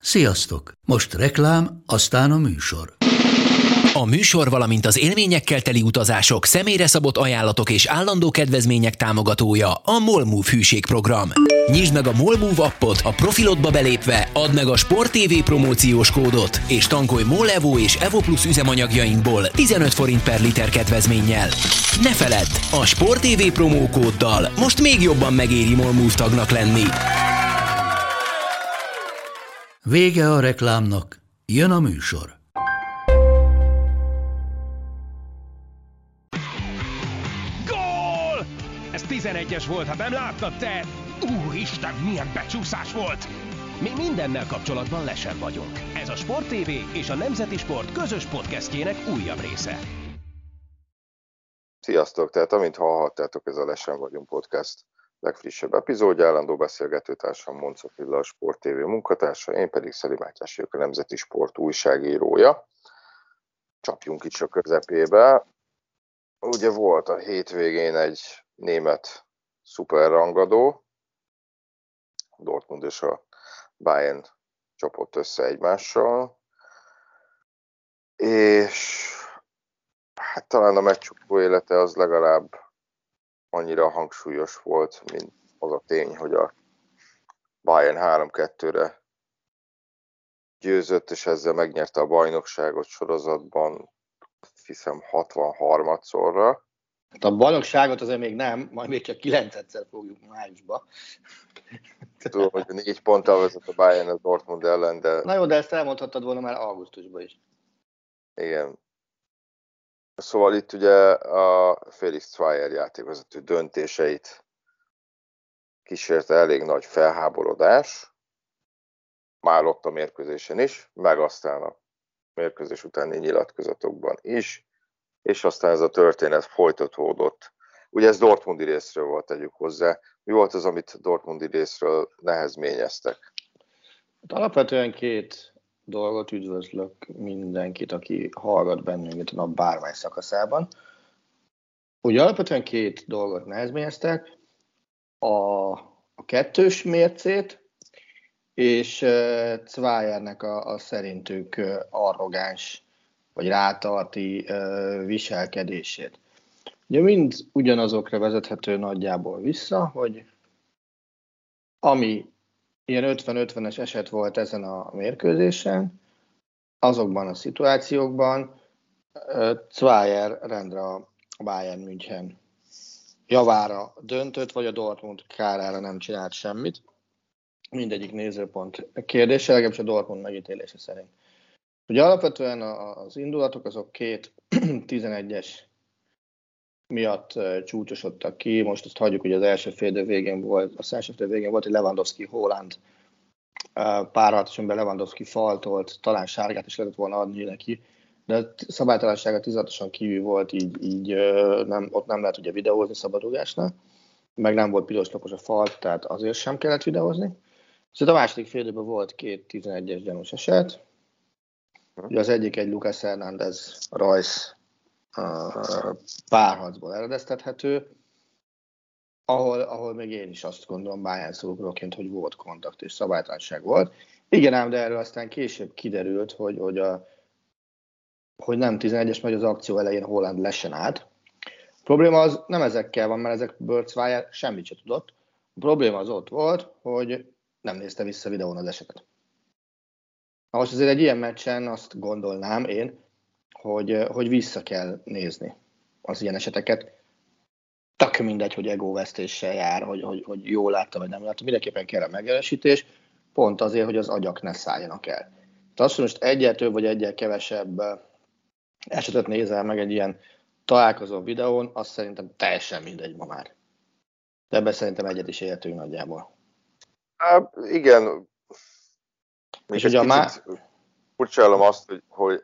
Sziasztok! Most reklám, aztán a műsor. A műsor, valamint az élményekkel teli utazások, személyre szabott ajánlatok és állandó kedvezmények támogatója a MOL Move hűségprogram. Nyisd meg a MOL Move appot, a profilodba belépve add meg a Sport TV promóciós kódot, és tankolj MOL Evo és Evo Plus üzemanyagjainkból 15 forint per liter kedvezménnyel. Ne feledd, a Sport TV promókóddal most még jobban megéri MOL Move tagnak lenni. Vége a reklámnak, jön a műsor. Gól! Ez 11-es volt, ha nem láttad te! Úristen, milyen becsúszás volt! Mi mindennel kapcsolatban lesen vagyunk. Ez a Sport TV és a Nemzeti Sport közös podcastjének újabb része. Sziasztok! Tehát amint hallhattátok, ez a Lesen vagyunk podcast legfrissebb epizódja, állandó beszélgetőtársam Monc Attila, a Sport TV munkatársa, én pedig Szeli Mátyás vagyok, a Nemzeti Sport újságírója. Csapjunk is a közepébe. Ugye volt a hétvégén egy német szuperrangadó, Dortmund és a Bayern csapott össze egymással, és hát talán a meccsukó élete az legalább annyira hangsúlyos volt, mint az a tény, hogy a Bayern 3-2-re győzött, és ezzel megnyerte a bajnokságot sorozatban, azt hiszem 63-szorra. A bajnokságot azért még nem, majd még csak 9-szer fogjuk májusba. Tudom, hogy 4 ponttal vezet a Bayern a Dortmund ellen, de... Na jó, de ezt elmondhattad volna már augusztusban is. Igen. Szóval itt ugye a Felix Zweier játékvezető döntéseit kísérte elég nagy felháborodás, már ott a mérkőzésen is, meg aztán a mérkőzés utáni nyilatkozatokban is, és aztán ez a történet folytatódott. Ugye ez Dortmundi részről volt, tegyük hozzá. Mi volt az, amit Dortmundi részről nehezményeztek? Hát alapvetően 2 dolgot üdvözlök mindenkit, aki hallgat bennünket a nap bármely szakaszában. Ugye alapvetően 2 dolgot nehezményeztek, a kettős mércét, és Zweiernek a szerintük arrogáns vagy rátarti viselkedését. Ugye mind ugyanazokra vezethető nagyjából vissza, hogy ami ilyen 50-50-es eset volt ezen a mérkőzésen, azokban a szituációkban Zweier rendre a Bayern München javára döntött, vagy a Dortmund kárára nem csinált semmit. Mindegyik nézőpont kérdése, legalábbis a Dortmund megítélése szerint. Ugye alapvetően az indulatok azok 2 11-es miatt csúcsosodtak ki. Most azt hagyjuk, hogy az első félidő végén volt egy Lewandowski-Haaland párharcosan, Lewandowski faltolt, talán sárgát is lehetett volna adni neki, de a szabálytalansága 16-oson kívül volt, így ott nem lehet ugye videózni szabadrúgásnál, meg nem volt piros lapos a falt, tehát azért sem kellett videózni. Szóval a második félidőben volt 2 11-es gyanús eset. Ugye az egyik egy Lucas Hernández Royce párharcból eredeztethető, ahol még én is azt gondolom Bayern szurkolóként, hogy volt kontakt és szabálytalanság volt. Igen ám, de erről aztán később kiderült, hogy nem 11-es, mert az akció elején Haaland lesen állt. A probléma az nem ezekkel van, mert ezekből Zweier semmit sem tudott. A probléma az ott volt, hogy nem nézte vissza videón az esetet. Most azért egy ilyen meccsen azt gondolnám én, hogy vissza kell nézni az ilyen eseteket. Tök mindegy, hogy egóvesztéssel jár, hogy jól látta, vagy nem látta. Mindenképpen kell a megerősítés, pont azért, hogy az agyak ne szálljanak el. Tehát azt, hogy most egyel több vagy egyel kevesebb esetet nézel meg egy ilyen találkozó videón, azt szerintem teljesen mindegy ma már. De ebben szerintem egyet is értünk nagyjából. Igen. És ugye furcsálom azt, hogy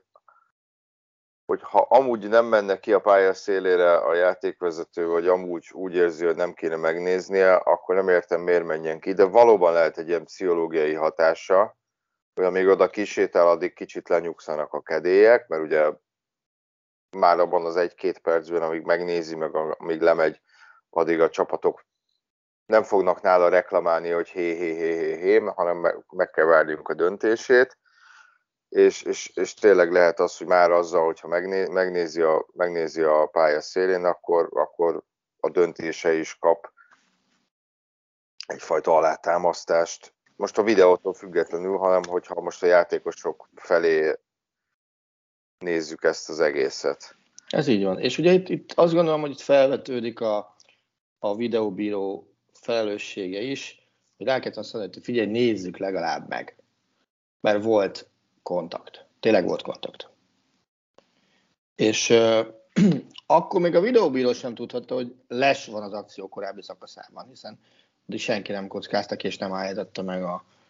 ha amúgy nem menne ki a pálya szélére a játékvezető, vagy amúgy úgy érzi, hogy nem kéne megnéznie, akkor nem értem, miért menjen ki, de valóban lehet egy ilyen pszichológiai hatása, hogy amíg oda kisétál, addig kicsit lenyugszanak a kedélyek, mert ugye már abban az 1-2 percben, amíg megnézi, meg amíg lemegy, addig a csapatok nem fognak nála reklamálni, hogy hé, hanem meg kell várjunk a döntését, és tényleg lehet az, hogy már azzal, hogyha megnézi a pálya szélén, akkor a döntése is kap egyfajta alátámasztást. Most a videótól függetlenül, hanem hogyha most a játékosok felé nézzük ezt az egészet. Ez így van. És ugye itt azt gondolom, hogy itt felvetődik a videóbíró felelőssége is, hogy rá kell azt mondani, hogy figyelj, nézzük legalább meg. Mert volt kontakt. Tényleg volt kontakt. És akkor még a videóbíró sem tudhatta, hogy les van az akció korábbi szakaszában, hiszen senki nem kockáztak és nem állította meg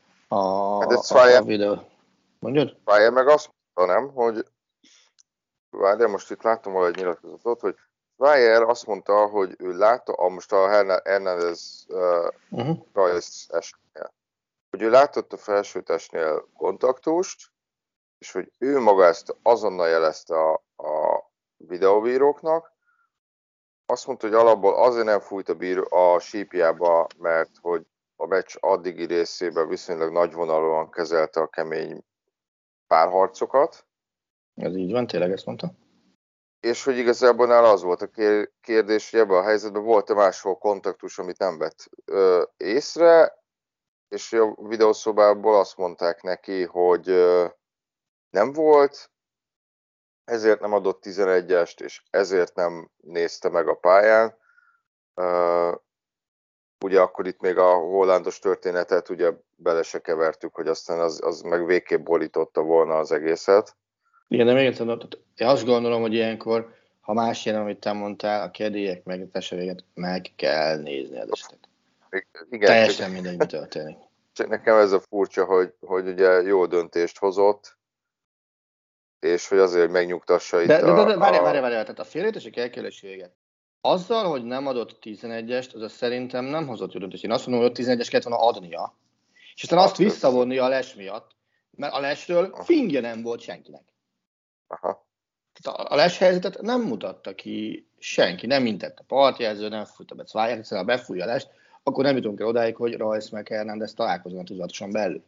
a videó. Mondjad? Fire meg azt mondta, nem, hogy de most itt láttam valahogy nyilatkozatot, hogy Fire azt mondta, hogy ő látta, most a Hernández Rajsz esnél, hogy ő látott a felső testnél kontaktust, és hogy ő maga ezt azonnal jelezte a videóbíróknak. Azt mondta, hogy alapból azért nem fújt a sípjába, mert hogy a meccs addigi részében viszonylag nagyvonalúan kezelte a kemény párharcokat. Ez így van, tényleg ezt mondta. És hogy igazából nála az volt a kérdés, hogy ebben a helyzetben volt-e máshol kontaktus, amit nem vett észre, és a videószobából azt mondták neki, hogy nem volt, ezért nem adott 11-est, és ezért nem nézte meg a pályán. Ugye akkor itt még a hollandos történetet ugye bele se kevertük, hogy aztán az meg végképp bolította volna az egészet. Igen, de még egyszer, én azt gondolom, hogy ilyenkor, ha más jön, amit te mondtál, a kedélyek meg a tessevéget meg kell nézni az esetet. Igen, teljesen mindegy, mi történik. Csak nekem ez a furcsa, hogy ugye jó döntést hozott, és hogy azért megnyugtassa itt de várjál, tehát a félreértések elkerülésséget. Azzal, hogy nem adott 11-est, az szerintem nem hozott jó döntést. Én azt mondom, hogy 11-est kellett volna adnia, és aztán azt visszavonni a les miatt, mert a lesről fingja nem volt senkinek. Aha. A les helyzetet nem mutatta ki senki, nem intett a partjelző, nem fújta be Cváját, hiszen ha befújja a lest, akkor nem jutunk el odáig, hogy Rajsz meg Hernández találkoznak tudatosan belül.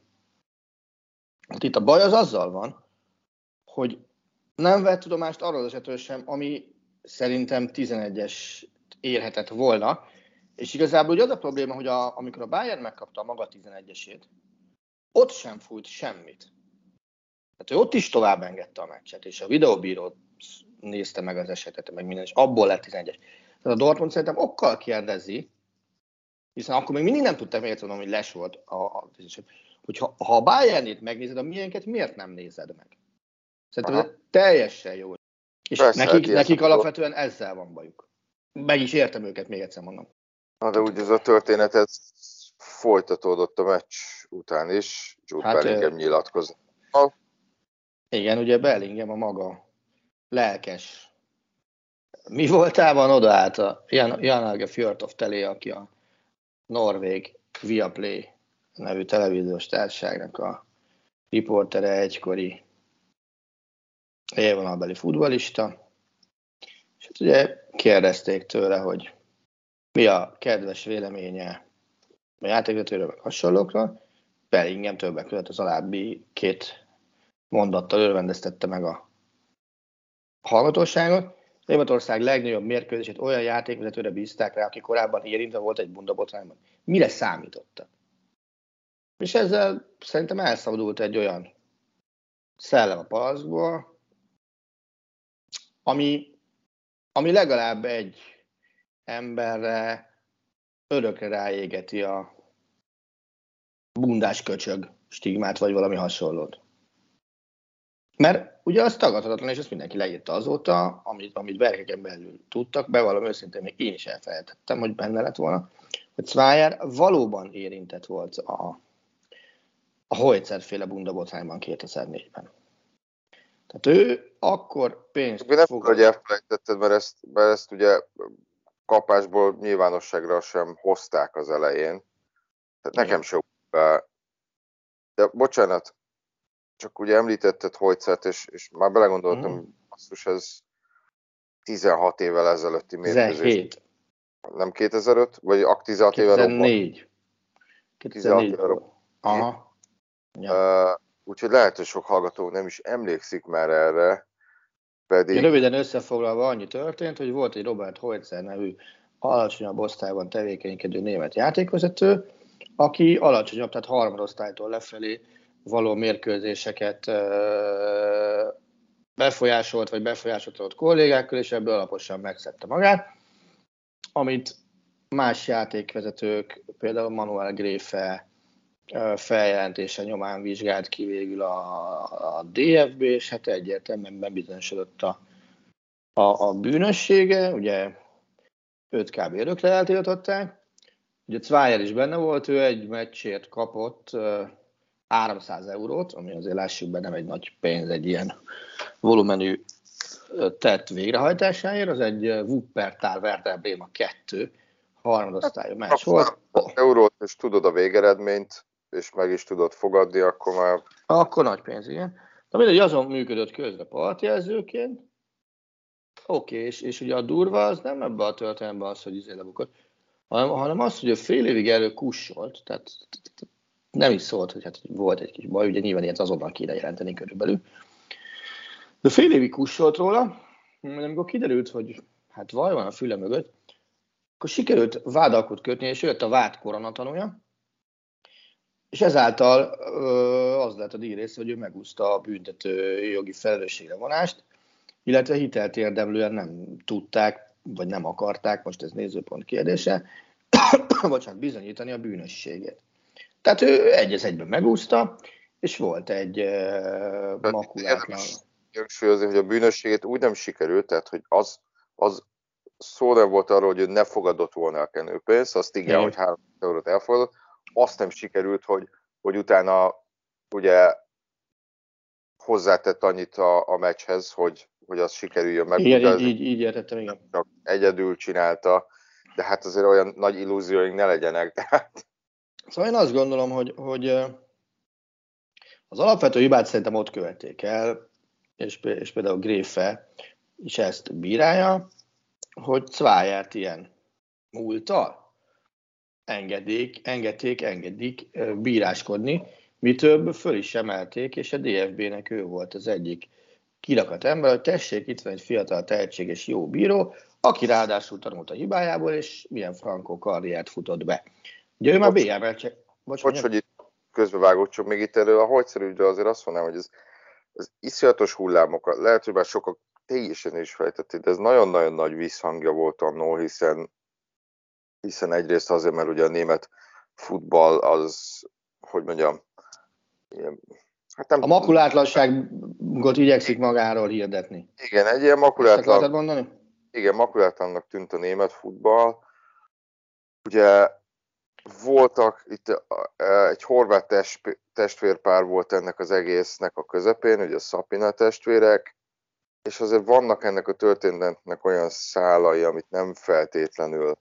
Hát itt a baj az azzal van, hogy nem vett tudomást arról az esetről sem, ami szerintem 11-es érhetett volna, és igazából ugye az a probléma, hogy amikor a Bayern megkapta a maga 11-esét, ott sem fújt semmit. Tehát ő ott is tovább engedte a meccset, és a videóbíró nézte meg az esetet, meg minden, és abból lett 11-es. Tehát a Dortmund szerintem okkal kérdezi, hiszen akkor még mindig nem tudták még egyszer mondani, hogy les volt hogyha a Bayernét megnézed, a milyenket miért nem nézed meg? Szerintem ez teljesen jó. És persze, nekik alapvetően ezzel van bajuk. Meg is értem őket, még egyszer mondom. Na de úgy ez a történet, ez folytatódott a meccs után is. Jude Bellingham nyilatkozott. Igen, ugye Bellingham a maga lelkes. Mi voltában odaállt a Jan Fjörtoft elé, aki a norvég Viaplay nevű televíziós társaságnak a riportere, egykori élvonalbeli futballista. És hát ugye kérdezték tőle, hogy mi a kedves véleménye a játékvezetőről, meg hasonlókról. Bellingham többek között az alábbi két mondattal örvendeztette meg a hallgatóságot. Németország legnagyobb mérkőzését olyan játékvezetőre bízták rá, aki korábban érintve volt egy bundabotrányban. Mire számítottak? És ezzel szerintem elszabadult egy olyan szellem a palaszból, ami legalább egy emberre örökre ráégeti a bundás köcsög stigmát, vagy valami hasonlót. Mert ugye az tagadhatatlan, és ezt mindenki leírta azóta, amit berkeken belül tudtak, bevallom őszintén, még én is elfelejtettem, hogy benne lett volna, hogy Cvájár valóban érintett volt a Hojcer-féle bundabotrányban 2004-ben. Tehát ő akkor pénzt nem fogad. Hogy elfelejtetted, mert ezt ugye kapásból nyilvánosságra sem hozták az elején. Tehát nekem se de bocsánat, csak ugye említetted Hojcert, és már belegondoltam, basszus, ez 16 évvel ezelőtti mérkőzés. Nem 2005? Vagy 16 éve robban? 2004. 2004-ben. Aha. Ja. Úgyhogy lehet, hogy sok hallgató nem is emlékszik már erre, pedig... Röviden összefoglalva annyi történt, hogy volt egy Robert Heutzer nevű alacsonyabb osztályban tevékenykedő német játékvezető, aki alacsonyabb, tehát harmadosztálytól lefelé való mérkőzéseket befolyásolt, vagy befolyásoltott kollégákkal, és ebből alaposan megszedte magát, amit más játékvezetők, például Manuel Gräfe feljelentése nyomán vizsgált ki végül a DFB, és hát egyértelműen bebizonyosodott a bűnössége, ugye őt kb. Örökre eltiltották. Ugye Zweier is benne volt, ő egy meccsért kapott 300 eurót, ami azért lássuk be nem egy nagy pénz egy ilyen volumenű tett végrehajtásáért, az egy Wuppertal Werder Bremen 2 harmadosztályú meccs volt. Eurót, és tudod a végeredményt, és meg is tudod fogadni, akkor már... Akkor nagy pénz, igen. De mindegy, azon működött közre partjelzőként. Oké, és ugye a durva az nem ebben a történetben az, hogy lebukott, hanem az, hogy a fél évig elő kussolt, tehát nem is szólt, hogy hát volt egy kis baj, ugye nyilván ilyet azonnal kéne jelenteni körülbelül. De fél évig kussolt róla, amikor kiderült, hogy hát vaj van a füle mögött, akkor sikerült vádalkot kötni, és jött a vád koronatanúja, és ezáltal az lett a díj része, hogy ő megúszta a büntető jogi felelősségre vonást, illetve hitelt érdemlően nem tudták, vagy nem akarták, most ez nézőpont kérdése, bizonyítani a bűnösségét. Tehát ő egy-egyben megúszta, és volt egy makulátlan... Hangsúlyozni, hogy a bűnösségét úgy nem sikerült, tehát hogy az szó nem volt arról, hogy ő ne fogadott volna a kenőpénzt, azt igen, hogy 3 eurót elfogadott, azt nem sikerült, hogy utána ugye hozzátett annyit a meccshez, hogy az sikerüljön meg. Igen, így értettem, igen. Csak egyedül csinálta, de hát azért olyan nagy illúzióink ne legyenek. Tehát... Szóval én azt gondolom, hogy az alapvető hibát szerintem ott követték el, és például Gräfe is ezt bírálja, hogy Zweiert ilyen múlttal engedik bíráskodni, mi több föl is emelték, és a DFB-nek ő volt az egyik kirakat ember, hogy tessék, itt van egy fiatal, tehetséges, jó bíró, aki ráadásul tanult a hibájából, és milyen frankó karriert futott be. Ugye ő már BL-meccsek... Bocs, hogy itt közbevágott, csak még itt elő a Heutzer ügyre azért azt mondanám, hogy ez iszonyatos hullámokat, lehet, hogy már sokak teljesen is fejtették, de ez nagyon-nagyon nagy visszhangja volt annól, hiszen egyrészt azért, mert ugye a német futball az, hogy mondjam, ilyen, hát nem... A makulátlanságot igyekszik magáról hirdetni. Igen, egy ilyen makulátlannak tűnt a német futball. Ugye voltak itt egy horvát testvérpár volt ennek az egésznek a közepén, ugye a Sapina testvérek, és azért vannak ennek a történetnek olyan szálai, amit nem feltétlenül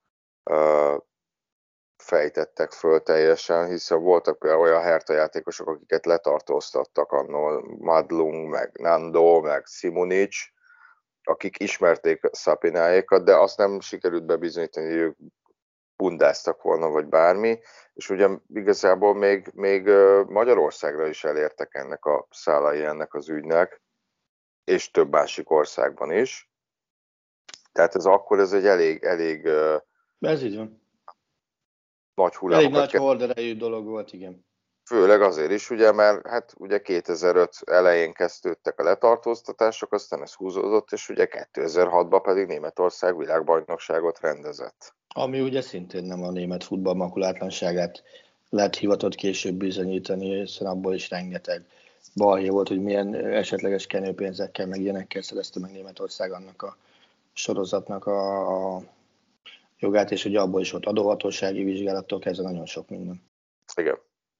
fejtettek föl teljesen, hiszen voltak például olyan Hertha játékosok, akiket letartóztattak annól, Madlung, meg Nando, meg Simonic, akik ismerték Sapináékat, de azt nem sikerült bebizonyítani, hogy ők bundáztak volna, vagy bármi, és ugye igazából még Magyarországra is elértek ennek a szálai ennek az ügynek, és több másik országban is. Tehát ez egy elég ez így van. nagy hullámokat. Elég nagy horderejű dolog volt, igen. Főleg azért is, ugye, mert hát ugye 2005 elején kezdődtek a letartóztatások, aztán ez húzódott, és ugye 2006-ban pedig Németország világbajnokságot rendezett. Ami ugye szintén nem a német futball makulátlanságát lett hivatott később bizonyítani, hiszen abból is rengeteg balhé volt, hogy milyen esetleges kenőpénzekkel, meg ilyenekkel szerezte meg Németország annak a sorozatnak a jogát, és ugye abból is volt adóhatósági vizsgálattól kezdve nagyon sok minden. Igen.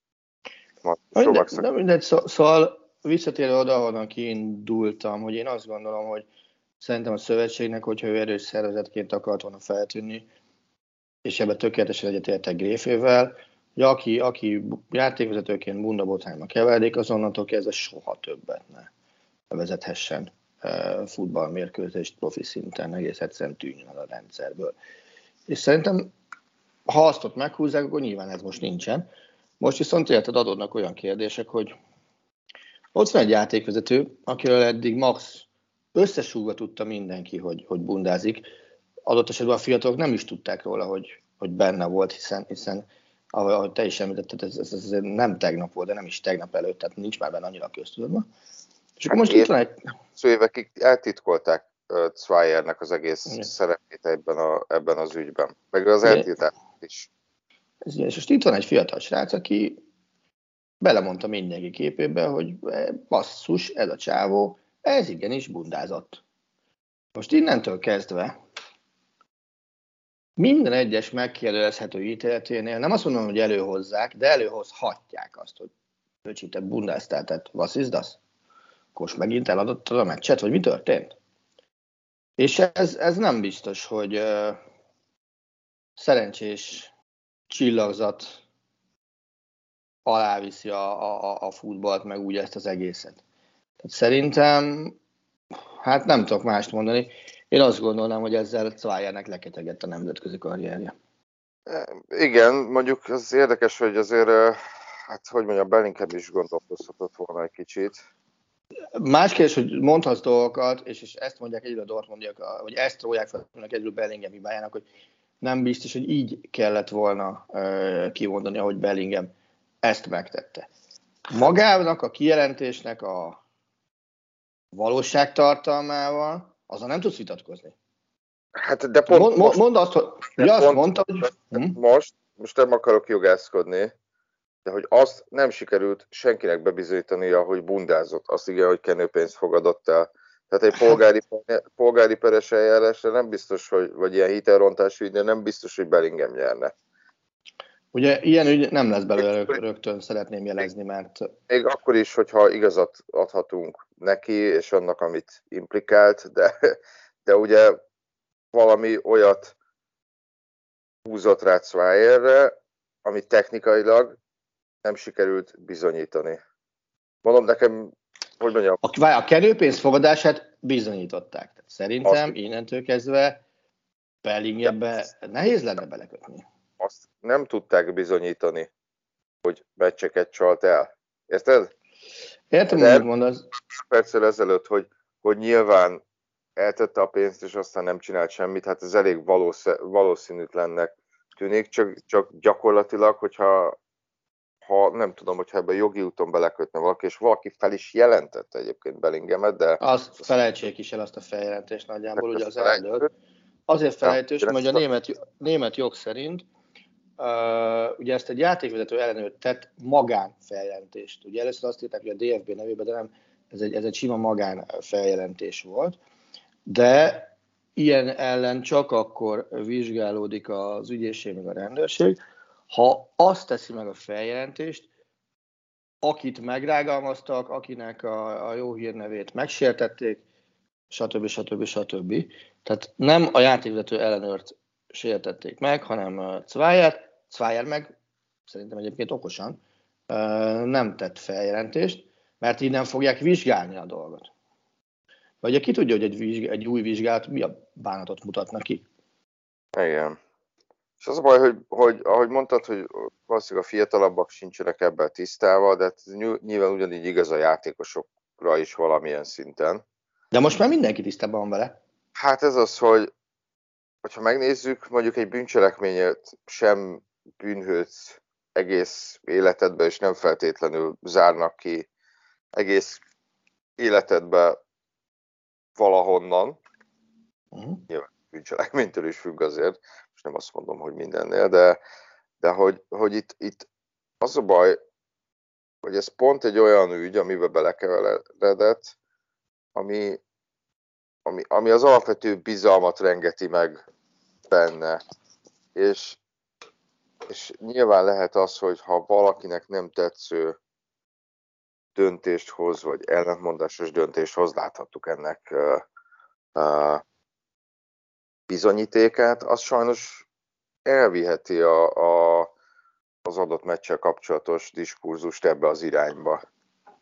Mindegy, szóval visszatérve oda, ahonnan kiindultam, hogy én azt gondolom, hogy szerintem a szövetségnek, hogyha ő erős szervezetként akart volna feltűnni, és ebben tökéletesen egyetértek Gräfével, hogy aki játékvezetőként bundabotrányba keveredik, azonnantól kezdve soha többet ne vezethessen futballmérkőzést profi szinten, egész egyszerűen tűnjön a rendszerből. És szerintem, ha azt ott meghúzzák, akkor nyilván ez most nincsen. Most viszont érted, adódnak olyan kérdések, hogy ott van egy játékvezető, akiről eddig max összesúgva tudta mindenki, hogy bundázik. Adott esetben a fiatalok nem is tudták róla, hogy benne volt, hiszen ahogy te is említetted, ez nem tegnap volt, de nem is tegnap előtt, tehát nincs már benne annyira a köztudatban. És akkor most itt van egy... évekig eltitkolták Zweiernek az egész szerepét ebben az ügyben. Meg az eltiltás is. És most itt van egy fiatal srác, aki belemondta mindenki képébe, hogy basszus, ez a csávó, ez igenis bundázott. Most innentől kezdve minden egyes megkérdezhető ítéleténél, nem azt mondom, hogy előhozzák, de előhozhatják azt, hogy öcsi, te bundáztál, tehát was is das? Akkor megint eladottad a meccset, vagy mi történt? És ez nem biztos, hogy szerencsés csillagzat aláviszi a futballt, meg úgy ezt az egészet. Tehát szerintem, hát nem tudok mást mondani. Én azt gondolnám, hogy ezzel Zweiernek leketegett a nemzetközi karrierje. Igen, mondjuk az érdekes, hogy azért, hát hogy mondjam, Bellingham is gondolkozhatott volna egy kicsit. Más kérdés, hogy mondhatsz dolgokat, és ezt mondják egyről a Dortmundiak, vagy ezt rólják fel egyről Bellingham hibájának, hogy nem biztos, hogy így kellett volna kimondani, ahogy Bellingham ezt megtette. Magának a kijelentésnek a valóságtartalmával, azzal nem tudsz vitatkozni. Hát de pont mondd azt, hogy ugye azt mondta, hogy... Most nem akarok jogászkodni, de hogy azt nem sikerült senkinek bebizonyítania, hogy bundázott. Azt igen, hogy kenőpénzt fogadott el. Tehát egy polgári peres eljárásra nem biztos, vagy ilyen hitelrontás ügynél nem biztos, hogy Bellingham nyerne. Ugye ilyen ügy nem lesz belőle, rögtön szeretném jelezni, mert... Még akkor is, hogyha igazat adhatunk neki, és annak, amit implikált, de ugye valami olyat húzott rá Zweierre, amit technikailag nem sikerült bizonyítani. Mondom nekem, hogy mondjam... A kenőpénz fogadását bizonyították. Tehát szerintem innentől kezdve Bellinghambe nehéz lenne belekötni. Azt nem tudták bizonyítani, hogy meccseket csalt el. Érted? Értem, hogy mondasz. Perccel ezelőtt, hogy nyilván eltette a pénzt, és aztán nem csinált semmit, hát ez elég valószínűtlennek tűnik, csak gyakorlatilag, hogyha nem tudom, hogyha ebben jogi úton belekötne valaki, és valaki fel is jelentette egyébként Bellinghamet, de... Azt felejtsék is el azt a feljelentést nagyjából, ugye az eldőlt. Azért felejtős, mert a német jog szerint ugye ezt egy játékvezető ellenőr tett magánfeljelentést. Ugye először azt írták, hogy a DFB nevében, de nem, ez egy sima magánfeljelentés volt. De ilyen ellen csak akkor vizsgálódik az ügyészség meg a rendőrség, ha azt teszi meg a feljelentést, akit megrágalmaztak, akinek a jó hírnevét megsértették, stb. Tehát nem a játékvezető ellenőrt sértették meg, hanem Zweier meg szerintem egyébként okosan nem tett feljelentést, mert így nem fogják vizsgálni a dolgot. Vagy ki tudja, hogy egy új vizsgálat mi a bánatot mutatna ki? Igen. És az a baj, hogy ahogy mondtad, hogy valószínűleg a fiatalabbak sincsenek ebben tisztával, de nyilván ugyanígy igaz a játékosokra is valamilyen szinten. De most már mindenki tisztában van vele. Hát ez az, hogyha megnézzük, mondjuk egy bűncselekményet sem bűnhődsz egész életedbe, és nem feltétlenül zárnak ki egész életedbe valahonnan. Nyilván bűncselekménytől is függ azért, és nem azt mondom, hogy mindennél, de hogy itt az a baj, hogy ez pont egy olyan ügy, amiben belekeveredett, ami az alapvető bizalmat rengeti meg benne. És nyilván lehet az, hogy ha valakinek nem tetsző döntést hoz, vagy ellentmondásos döntést hoz, láthattuk ennek bizonyítékát, az sajnos elviheti az adott meccsel kapcsolatos diskurzust ebbe az irányba.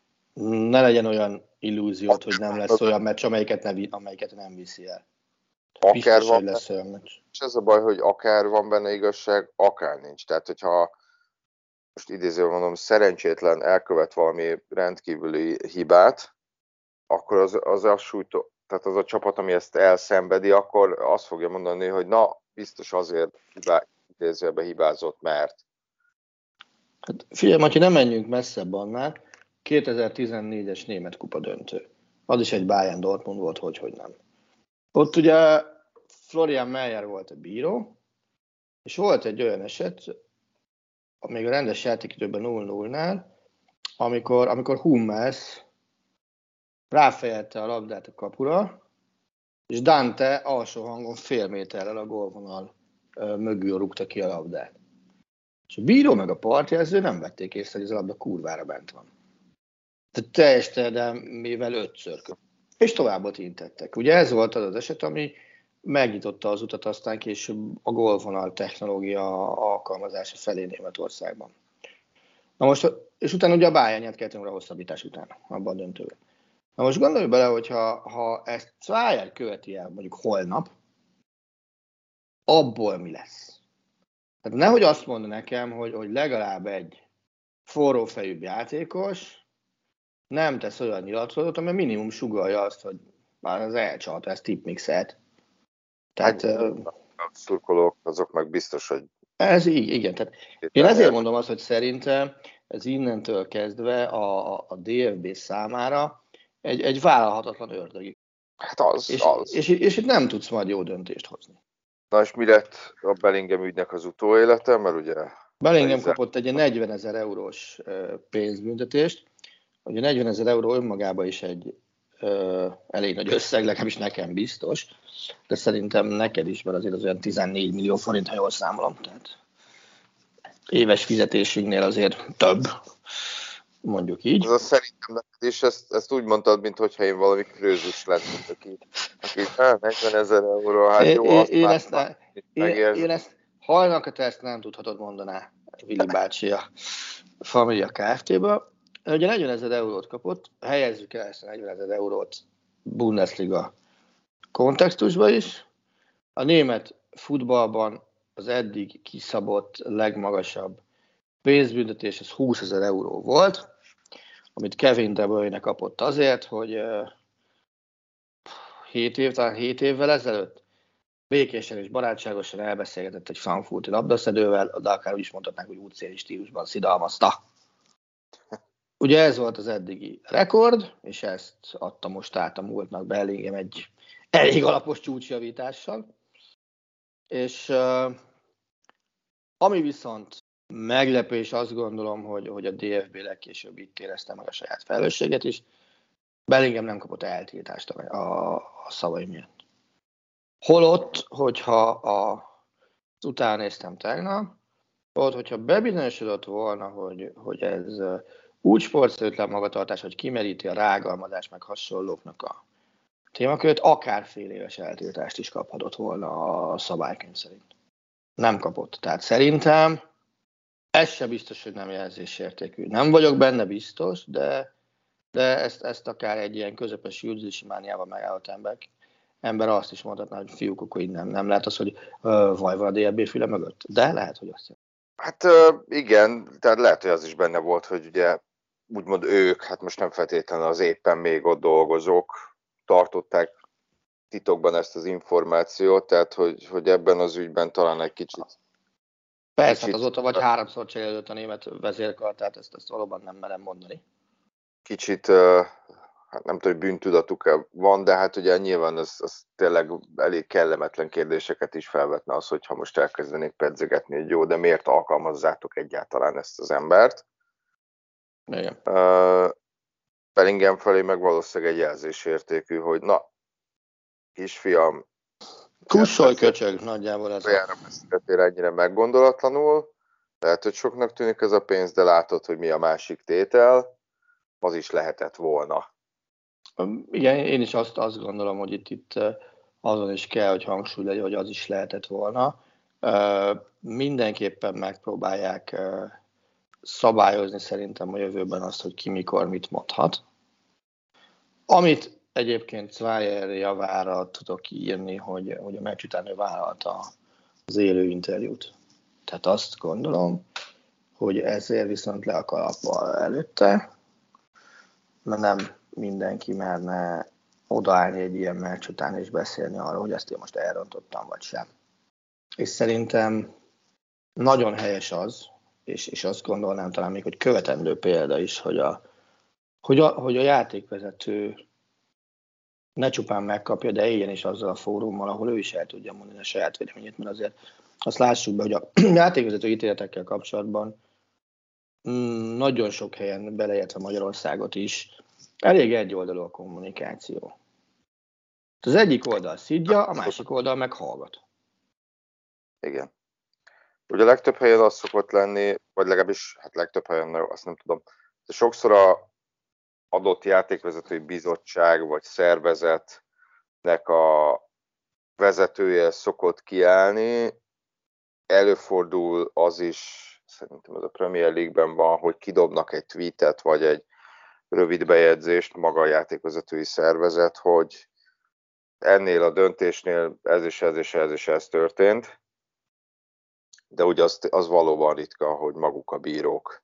Ne legyen olyan illúziót, hogy nem lesz olyan meccs, amelyiket nem viszi el. akár biztos, van hogy lesz olyan meccs. és ez a baj, hogy akár van benne igazság, akár nincs. Tehát, hogyha most idézően mondom, szerencsétlen elkövet valami rendkívüli hibát, akkor az sújtó, tehát az a csapat, ami ezt elszenvedi, akkor azt fogja mondani, hogy na, biztos azért idézőben hibázott, mert. Hát figyelj, Matyi, nem menjünk messzebb annál. 2014-es német kupa döntő. Az is egy Bayern Dortmund volt, hogy nem. Ott ugye Florian Meyer volt a bíró, és volt egy olyan eset, még a rendes játékidőben 0-0-nál, amikor Hummels ráfejelte a labdát a kapura, és Dante alsó hangon fél méterrel a gólvonal mögül rúgta ki a labdát. És a bíró meg a partjelző nem vették észre, hogy ez a labda kurvára bent van. Tehát teljes terjedelmével 5-ször. És továbbot intettek. Ugye ez volt az eset, ami megnyitotta az utat aztán később a gólvonal technológia alkalmazása felé Németországban. Na most, és utána ugye a Bayern nyert 2 óra hosszabbítás után abban a döntőben. Na most gondolj bele, hogy ha ezt Zweyer követi el mondjuk holnap, abból mi lesz? Tehát nehogy azt mondd nekem, hogy legalább egy forrófejűbb játékos nem tesz olyan nyilatkozatot, ami minimum sugallja azt, hogy már az elcsalta ezt tipmixet. Tehát A szurkolók, azok meg biztos, hogy... Ez igen. Tehát én ezért mondom azt, hogy szerintem ez innentől kezdve a DFB számára egy vállalhatatlan ördögi. Hát az. És itt nem tudsz majd jó döntést hozni. Na és mi lett a Bellingham ügynek az utóélete? Mert ugye... Bellingham kapott egy 40 000 eurós pénzbüntetést. Ugye 40 000 euró önmagában is egy elég nagy összeg, legalábbis nekem biztos, de szerintem neked is, mert azért az olyan 14 millió forint, ha jól számolom. Tehát éves fizetésünknél azért több, mondjuk így. Az szerintem neked is, ezt úgy mondtad, mintha én valami krőzus lennék, aki 40 000 euró, hát jó, én ezt hajnakat ezt nem tudhatod mondaná Vili bácsi a Familia Kft-ből. Ugye 40 000 eurót kapott, helyezzük el ezt a 40 000 eurót Bundesliga kontextusba is. A német futballban az eddig kiszabott legmagasabb pénzbüntetés az 20 000 euró volt, amit Kevin De Bruyne kapott azért, hogy 7 évvel ezelőtt békésen és barátságosan elbeszélgetett egy frankfurti labdaszedővel, de akár úgy is mondhatnánk, hogy útszéli stílusban szidalmazta. Ugye ez volt az eddigi rekord, és ezt adta most át a múltnak Bellingham egy elég alapos csúcsjavítással. És ami viszont meglepő, és azt gondolom, hogy a DFB legkésőbb itt érezte meg a saját felelősséget is, Bellingham nem kapott eltiltást a szavai miatt. Holott, hogyha utána néztem tegnap, hogyha bebizonyosodott volna, hogy ez úgy sportszerűtlen magatartás, hogy kimeríti a rágalmazás meg hasonlóknak a témakörét, akár fél éves eltiltást is kaphatott volna a szabálykönyv szerint. Nem kapott. Tehát szerintem ez se biztos, hogy nem jelzésértékű. Nem vagyok benne biztos, de ezt akár egy ilyen közepes üldözési mániával megállott ember azt is mondhatná, hogy fiúk, akkor innen nem lehet az, hogy vaj van a DFB füle mögött. De lehet, hogy azt jelenti. Hát igen, tehát lehet, hogy az is benne volt, hogy ugye úgymond ők, hát most nem feltétlenül az éppen még ott dolgozók tartották titokban ezt az információt, tehát hogy ebben az ügyben talán egy kicsit... Persze, hát azóta vagy 3-szor cserélődött a német vezérkar, tehát ezt valóban nem merem mondani. Kicsit, hát nem tudom, hogy bűntudatuk van, de hát ugye nyilván az tényleg elég kellemetlen kérdéseket is felvetne az, hogyha most elkezdenék pedzegetni, hogy jó, de miért alkalmazzátok egyáltalán ezt az embert? Igen. Bellingham felé meg valószínűleg egy jelzésértékű, hogy na, kisfiam, kussolj köcsög, nagyjából ez a beszélgetél ennyire meggondolatlanul, lehet, hogy soknak tűnik ez a pénz, de látod, hogy mi a másik tétel, az is lehetett volna. Igen, én is azt gondolom, hogy itt azon is kell, hogy hangsúly legyen, hogy az is lehetett volna. Mindenképpen megpróbálják szabályozni szerintem a jövőben azt, hogy ki mikor mit mondhat. Amit egyébként Zweyer javára tudok írni, hogy a meccs után ő vállalta az élő interjút. Tehát azt gondolom, hogy ezért viszont le a kalappal előtte, mert nem mindenki merne odaállni egy ilyen meccs után és beszélni arról, hogy ezt én most elrontottam, vagy sem. És szerintem nagyon helyes az, és azt gondolnám talán még, hogy követendő példa is, hogy a játékvezető ne csupán megkapja, de éljen is azzal a fórummal, ahol ő is el tudja mondani a saját véleményét, mert azért azt lássuk be, hogy a játékvezető ítéletekkel kapcsolatban nagyon sok helyen, beleértve Magyarországot is, elég egyoldalú a kommunikáció. Az egyik oldal szidja, a másik oldal meg hallgat. Igen. Ugye a legtöbb helyen az szokott lenni, vagy legalábbis, hát legtöbb helyen, azt nem tudom, de sokszor a adott játékvezetői bizottság vagy szervezetnek a vezetője szokott kiállni. Előfordul az is, szerintem ez a Premier League-ben van, hogy kidobnak egy tweetet, vagy egy rövid bejegyzést maga a játékvezetői szervezet, hogy ennél a döntésnél ez történt. De ugye az valóban ritka, hogy maguk a bírók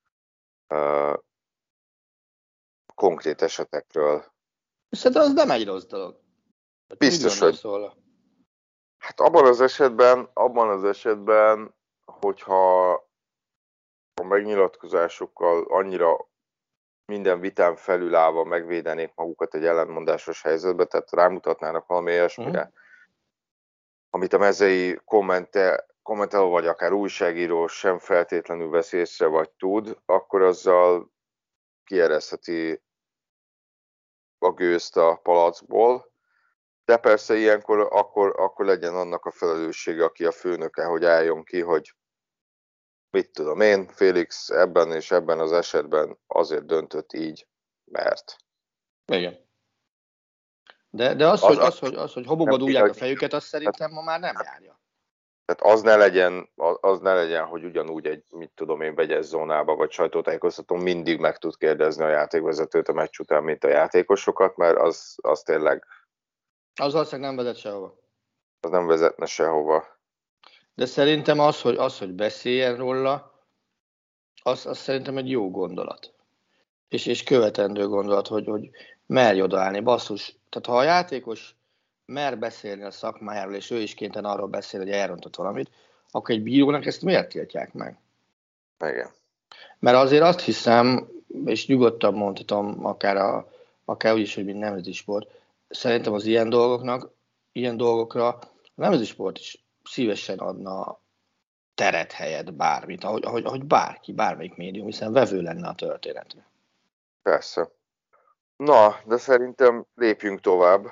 konkrét esetekről. Szerintem az nem egy rossz dolog. Biztos, hogy hát abban az esetben, hogyha a megnyilatkozásokkal annyira minden vitán felülállva megvédenék magukat egy ellentmondásos helyzetbe, tehát rámutatnának valami ilyesmire, amit a mezei kommentelő vagy akár újságíró sem feltétlenül vesz észre vagy tud, akkor azzal kieresztheti a gőzt a palacból. De persze ilyenkor akkor legyen annak a felelőssége, aki a főnöke, hogy álljon ki, hogy mit tudom én, Félix ebben és ebben az esetben azért döntött így, mert. Igen. De az, hogy hobogba dúlják a fejüket, azt szerintem ma már nem járja. Tehát az ne legyen, hogy ugyanúgy egy, mit tudom én, vegyes zónába, vagy sajtótájékoztatón mindig meg tud kérdezni a játékvezetőt a meccs után, mint a játékosokat, mert az tényleg. Az valószínűleg nem vezet sehova. Az nem vezetne sehova. De szerintem az, hogy beszéljen róla, az szerintem egy jó gondolat. És követendő gondolat, hogy merj odaállni, basszus. Tehát ha a játékos mer beszélni a szakmájáról, és ő is kénytelen arról beszél, hogy elrontott valamit, akkor egy bírónak ezt miért tiltják meg? Igen. Mert azért azt hiszem, és nyugodtan mondhatom, akár úgy is, hogy mint nemzeti sport, szerintem az ilyen dolgokra a nemzeti sport is szívesen adna teret, helyet, bármit, ahogy bármelyik médium, hiszen vevő lenne a történetre. Persze. Na, de szerintem lépjünk tovább,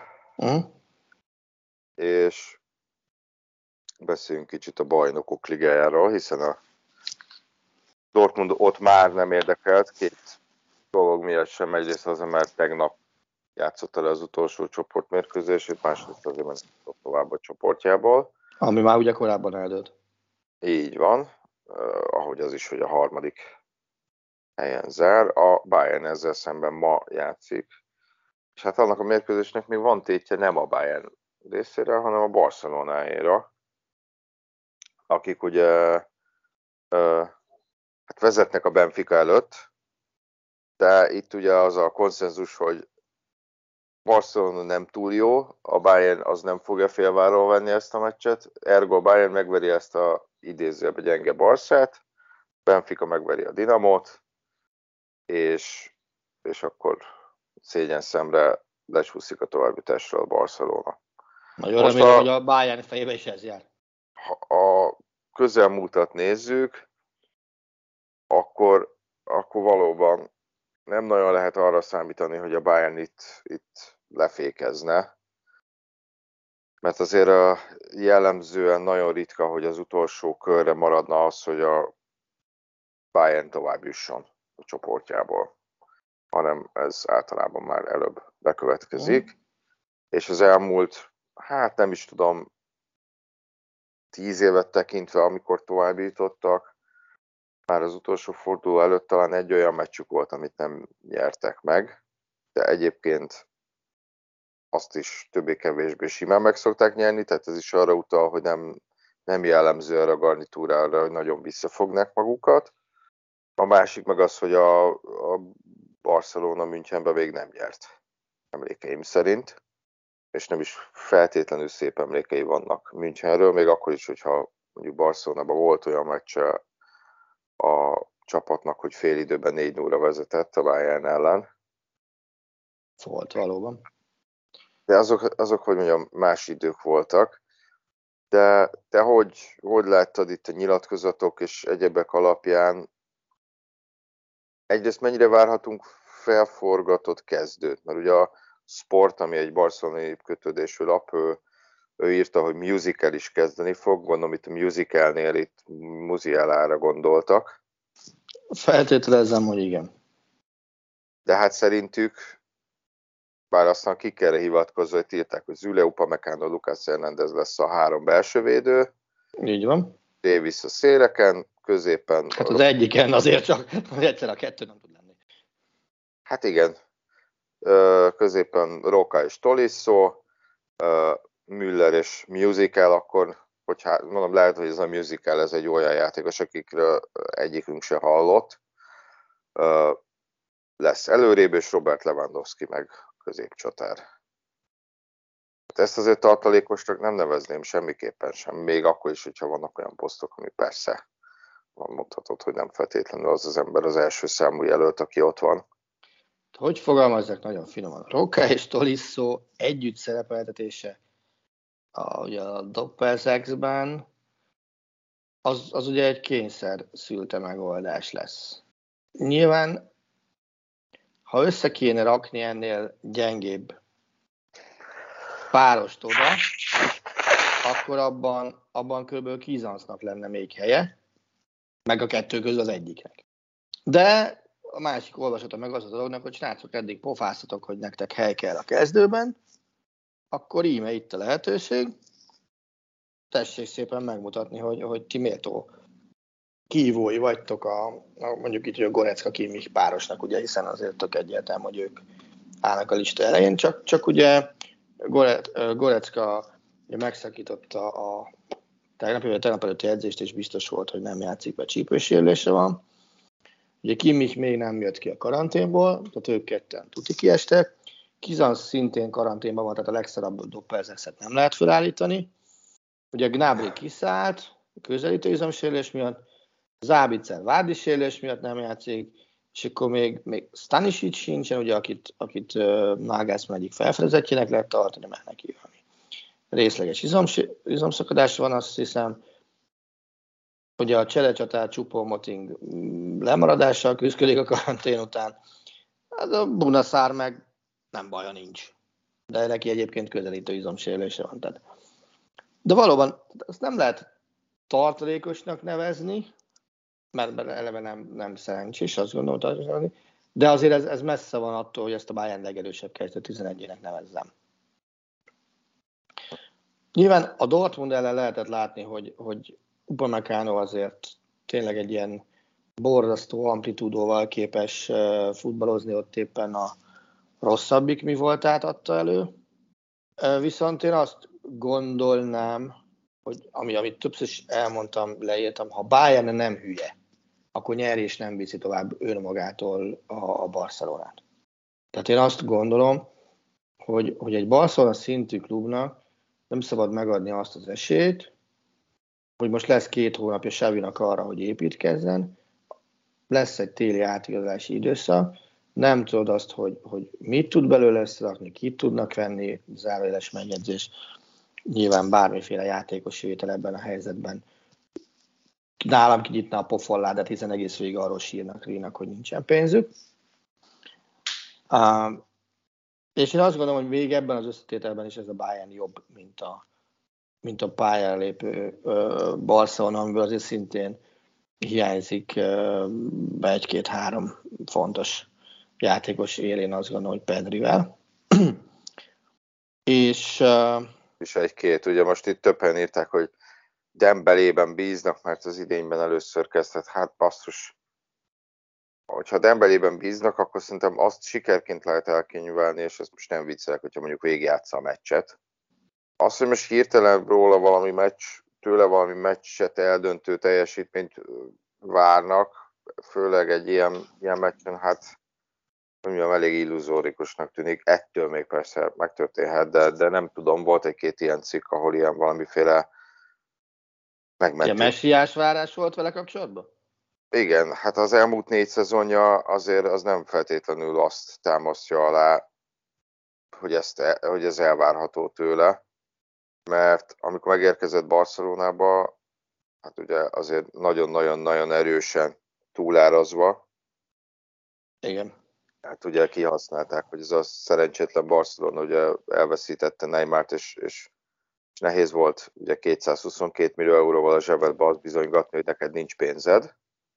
és beszéljünk kicsit a Bajnokok Ligájáról, hiszen a Dortmund ott már nem érdekelt, két dolog miatt sem, egyrészt azért, mert tegnap játszotta le az utolsó csoportmérkőzését, másrészt azért, mert nem tovább a csoportjából. Ami már ugye korábban eldőlt. Így van, ahogy az is, hogy a harmadik helyen zár. A Bayern ezzel szemben ma játszik. És hát annak a mérkőzésnek még van tétje nem a Bayern részére, hanem a Barcelonáéra, akik ugye hát vezetnek a Benfica előtt, de itt ugye az a konszenzus, hogy Barcelona nem túl jó, a Bayern az nem fogja félváról venni ezt a meccset, ergo a Bayern megveri ezt a idézőjelbe gyenge Barszát, Benfica megveri a Dinamót, és akkor szégyen szemre lecsúszik a továbbjutásról a Barcelona. Nagyon remélem, hogy a Bayern fejébe is ez jár. Ha a közelmúltat nézzük, akkor valóban nem nagyon lehet arra számítani, hogy a Bayern itt lefékezne. Mert azért jellemzően nagyon ritka, hogy az utolsó körre maradna az, hogy a Bayern tovább jusson a csoportjából, hanem ez általában már előbb bekövetkezik. És az elmúlt, hát nem is tudom, 10 évet tekintve, amikor tovább jutottak, már az utolsó forduló előtt talán egy olyan meccsük volt, amit nem nyertek meg, de egyébként azt is többé-kevésbé simán meg szokták nyerni, tehát ez is arra utal, hogy nem jellemző erre a garnitúrára, hogy nagyon visszafognak magukat. A másik meg az, hogy a Barcelona Münchenben még nem nyert, emlékeim szerint, és nem is feltétlenül szép emlékei vannak Münchenről, még akkor is, hogyha mondjuk Barcelonában volt olyan meccse a csapatnak, hogy fél időben 4-0-ra vezetett a Bayern ellen. Volt valóban. De azok, hogy mondjam, más idők voltak. De te hogy láttad itt a nyilatkozatok és egyebek alapján? Egyrészt mennyire várhatunk felforgatott kezdőt? Mert ugye a Sport, ami egy barcelonai kötődésű lap, ő írta, hogy musical is kezdeni fog. Gondolom itt a musicalnél itt Musialára gondoltak. Feltételezem, hogy igen. De hát szerintük, bár aztán ki kell hivatkozni, hogy írták, hogy Züle, Upamecano, Lucas Hernández lesz a 3 belsővédő. Így van. Davis a széleken, középen... Hát az egyiken azért csak, egyszer a 2 nem tud lenni. Hát igen. Középen Roca és Tolisso, Müller és Musical, akkor, hogyha mondom, lehet, hogy ez a Musical, ez egy olyan játékos, akikről egyikünk se hallott. Lesz előrébb, és Robert Lewandowski meg középcsatár. Ezt azért tartalékosnak nem nevezném semmiképpen sem, még akkor is, hogyha vannak olyan posztok, ami persze mondhatod, hogy nem feltétlenül az ember az első számú jelölt, aki ott van. Hogy fogalmazzak nagyon finoman? Roca és Tolisso együtt szerepeltetése ugye a Doppelsechsben, az ugye egy kényszer szülte megoldás lesz. Nyilván, ha össze kéne rakni ennél gyengébb párost oda, akkor abban kb. Kizansznak lenne még helye, meg a 2 közül az egyiknek. De a másik olvasata meg az a dolognak, hogy srácok, eddig pofáztatok, hogy nektek hely kell a kezdőben, akkor íme itt a lehetőség. Tessék szépen megmutatni, hogy ti méltó kívói vagytok mondjuk itt a Goretzka Kimmich párosnak, ugye, hiszen azért tök egyértelmű, hogy ők állnak a lista elején, csak ugye Goretzka ugye megszakította a tegnap előtti edzést, és biztos volt, hogy nem játszik, mert csípősérülése van. Ugye Kimmich még nem jött ki a karanténból, tehát ők ketten tuti kiestek. Kizansz szintén karanténban van, tehát a legszarabb Doppelsechset nem lehet felállítani. Ugye Gnabry kiszállt közelítő izomsérülés miatt, Zábicer vádisérülés miatt nem játszik, és akkor még Stanisic sincsen, ugye, akit Nagelsmann egyik felfedezettjének lehet tartani, mert neki valami részleges izomszakadás van, azt hiszem. Ugye a Cselecsatár Choupo-Moting lemaradással küzdik a karantén után. Hát a Bunaszár meg nem baja nincs. De neki egyébként közelítő izomsérülése van. Tehát. De valóban azt nem lehet tartalékosnak nevezni, mert eleve nem szerencsés, azt gondolom, de azért ez messze van attól, hogy ezt a Bayern legerősebb kezdő 11-ének nevezzem. Nyilván a Dortmund ellen lehetett látni, hogy Upamecano azért tényleg egy ilyen borzasztó amplitúdóval képes futballozni, ott éppen a rosszabbik mi voltát adta elő. Viszont én azt gondolnám, hogy amit többször is elmondtam, leírtam, ha Bayern nem hülye, akkor nyer és nem viszi tovább önmagától a Barcelonát. Tehát én azt gondolom, hogy egy Barcelona szintű klubnak nem szabad megadni azt az esélyt, hogy most lesz 2 hónapja Xavinak arra, hogy építkezzen, lesz egy téli átigazolási időszak, nem tudod azt, hogy mit tud belőle összerakni, kit tudnak venni, zárójeles megjegyzés, nyilván bármiféle játékos vétel ebben a helyzetben. Nálam kinyitna a pofalládát, hiszen egész végig arról sírnak, hogy nincsen pénzük. És én azt gondolom, hogy még ebben az összetételben is ez a Bayern jobb, mint a pályára lépő Barcelona, amiből azért szintén hiányzik 1-2-3 fontos játékos élén, azt gondolom, hogy Pedrivel. És 1-2, ugye most itt többen írták, hogy Dembélében bíznak, mert az idényben először kezdett, hát basszus, hogyha Dembélében bíznak, akkor szerintem azt sikerként lehet elkönyvelni, és ezt most nem viccelek, hogyha mondjuk végigjátsza a meccset. Azt, hogy most hirtelen tőle valami meccset eldöntő teljesítményt várnak, főleg egy ilyen meccsen, hát mondjam, elég illuzórikusnak tűnik. Ettől még persze megtörténhet, de nem tudom, volt egy-két ilyen cikk, ahol ilyen valamiféle megmentő. Ilyen messiás várás volt vele kapcsolatban? Igen, hát az elmúlt 4 szezonja azért az nem feltétlenül azt támasztja alá, hogy ez elvárható tőle, mert amikor megérkezett Barcelonába, hát ugye azért nagyon-nagyon-nagyon erősen túlárazva. Igen. Hát ugye kihasználták, hogy ez a szerencsétlen Barcelona ugye elveszítette Neymart, és nehéz volt ugye 222 millió euróval a zsebedbe azt bizonygatni, hogy neked nincs pénzed.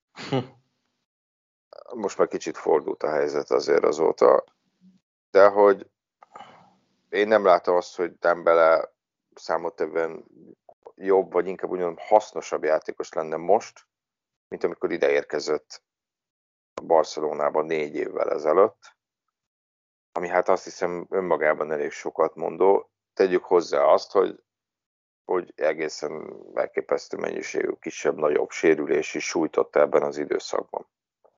Most már kicsit fordult a helyzet azért azóta, de hogy én nem látom azt, hogy Dembele számottevően jobb, vagy inkább ugyanúgy hasznosabb játékos lenne most, mint amikor ide érkezett a Barcelonában 4 évvel ezelőtt, ami hát azt hiszem önmagában elég sokat mondó. Tegyük hozzá azt, hogy egészen elképesztő mennyiségű kisebb-nagyobb sérülés is sújtott ebben az időszakban.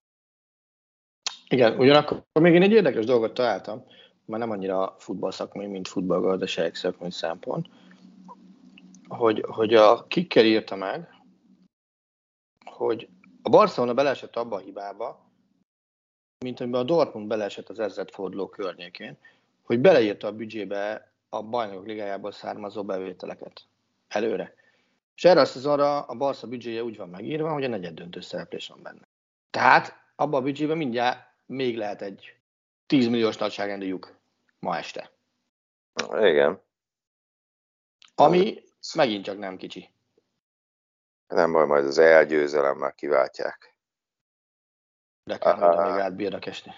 Igen, ugyanakkor még én egy érdekes dolgot találtam, már nem annyira futballszakmai, mint futballgazdaság szakmai szempont, hogy a Kicker írta meg, hogy a Barcelona beleesett abba a hibába, mint amiben a Dortmund beleesett az ezredforduló környékén, hogy beleírta a büdzsébe a Bajnokok Ligájából származó bevételeket előre. És erre a szezonra a Barca büdzséje úgy van megírva, hogy a negyeddöntő szereplés van benne. Tehát abban a büdzsében mindjárt még lehet egy 10 milliós nagyságrendű lyuk ma este. Igen. Ami megint csak nem kicsi. Nem baj, majd az elgyőzelemmel kiváltják. De kell, hogy még átbírnak esni.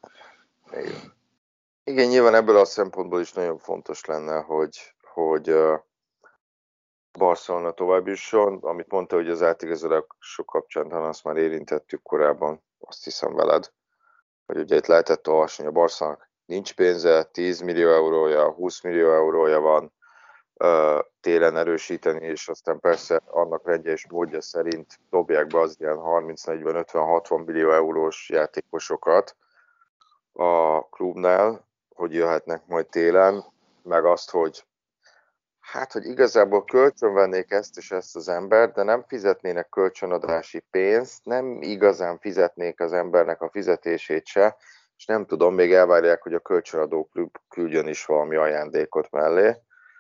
Igen, nyilván ebből a szempontból is nagyon fontos lenne, hogy Barcelona tovább jusson. Amit mondta, hogy az átigazolások kapcsán, talán azt már érintettük korábban, azt hiszem veled, hogy ugye itt lehetett olvasni, hogy a Barcelonának nincs pénze, 10 millió eurója, 20 millió eurója van télen erősíteni, és aztán persze annak rendje és módja szerint dobják be az ilyen 30, 40, 50, 60 millió eurós játékosokat a klubnál, hogy jöhetnek majd télen, meg azt, hogy hogy igazából kölcsönvennék ezt és ezt az embert, de nem fizetnének kölcsönadási pénzt, nem igazán fizetnék az embernek a fizetését se, és nem tudom, még elvárják, hogy a kölcsönadó klub küldjön is valami ajándékot mellé.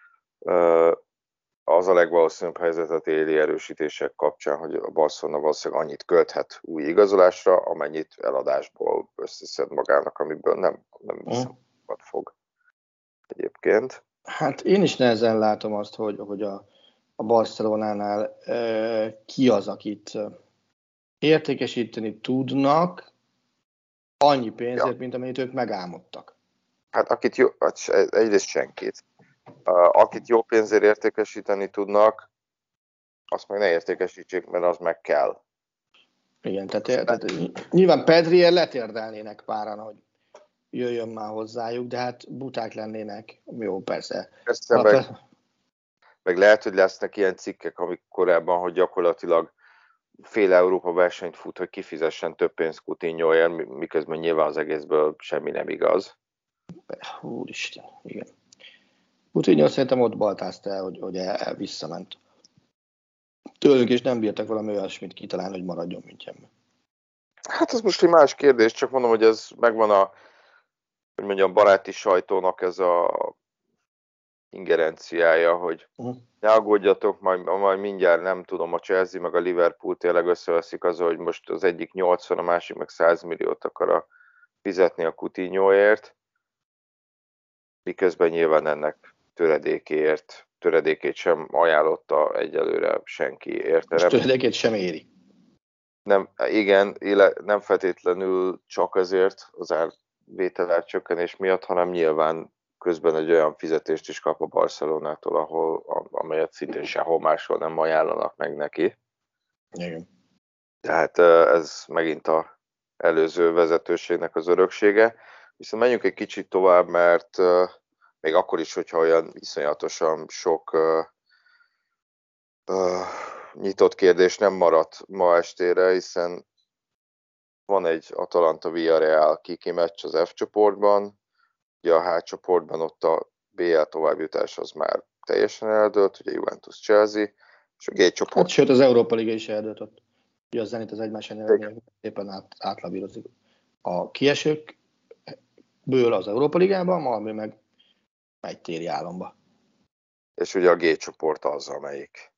Az a legvalószínűbb helyzetet éli erősítések kapcsán, hogy a Barcelona valószínűleg annyit költhet új igazolásra, amennyit eladásból összeszed magának, amiből nem fog egyébként. Hát én is nehezen látom azt, hogy a Barcelonánál ki az, akit értékesíteni tudnak annyi pénzért, mint amennyit ők megálmodtak. Hát egyrészt senkit. Akit jó pénzért értékesíteni tudnak, azt meg ne értékesítsék, mert az meg kell. Igen, tehát nyilván Pedriért letérdelnének páran, hogy jöjjön már hozzájuk, de hát buták lennének. Jó, persze. Meg lehet, hogy lesznek ilyen cikkek, amik korábban, hogy gyakorlatilag fél Európa versenyt fut, hogy kifizessen több pénzt Coutinhoért, miközben nyilván az egészből semmi nem igaz. Úristen, igen. Coutinho szerintem ott baltázta el, hogy visszament. Tőlük is nem bírtak valami olyasmit kitalálni, hogy maradjon Münchenben. Hát ez most egy más kérdés, csak mondom, hogy ez megvan a baráti sajtónak ez a ingerenciája, hogy ne aggódjatok, majd mindjárt nem tudom, a Chelsea meg a Liverpool tényleg összeveszik az, hogy most az egyik 80, a másik meg 100 milliót akar fizetni a Coutinhoért, miközben nyilván ennek töredékét sem ajánlotta egyelőre senki, érte. És töredékét sem éri. Nem, igen, nem feltétlenül csak azért az árvételár csökkenés miatt, hanem nyilván közben egy olyan fizetést is kap a Barcelonától, amelyet szintén sehol máshol nem ajánlanak meg neki. Igen. Tehát ez megint a előző vezetőségnek az öröksége. Viszont menjünk egy kicsit tovább, mert még akkor is, hogyha olyan iszonyatosan sok nyitott kérdés nem maradt ma estére, hiszen van egy Atalanta-Villarreal kiki meccs az F csoportban, ugye a H csoportban ott a BL továbbjutás az már teljesen eldőlt, ugye Juventus-Chelsea, és a G csoport... Hát, sőt, az Európa Liga is eldőlt ott. Ugye a Zenit az egymás ellen szépen átlavírozik a kiesőkből az Európa Ligában, Malmö meg egy téli álomba. És ugye a G csoport az, amelyik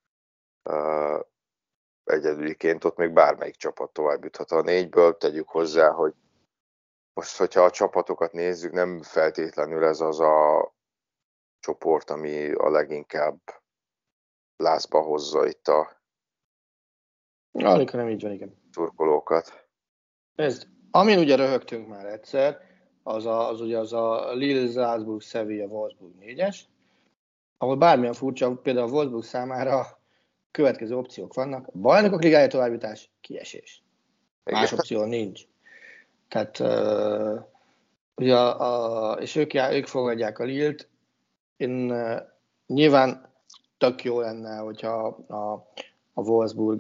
egyedüliként ott még bármelyik csapat tovább juthat a 4-ből. Tegyük hozzá, hogy most, hogyha a csapatokat nézzük, nem feltétlenül ez az a csoport, ami a leginkább lázba hozza itt a Nem így van, igen. turkolókat. Amin ugye röhögtünk már egyszer, az ugye a Lille, Salzburg, Sevilla, Wolfsburg 4-es, ahol bármilyen furcsa, például a Wolfsburg számára következő opciók vannak. Bajnokok ligája továbbjutás, kiesés. Más opció nincs. Tehát ugye és ők fogadják a Lille-t. Én nyilván tök jó lenne, hogyha a Wolfsburg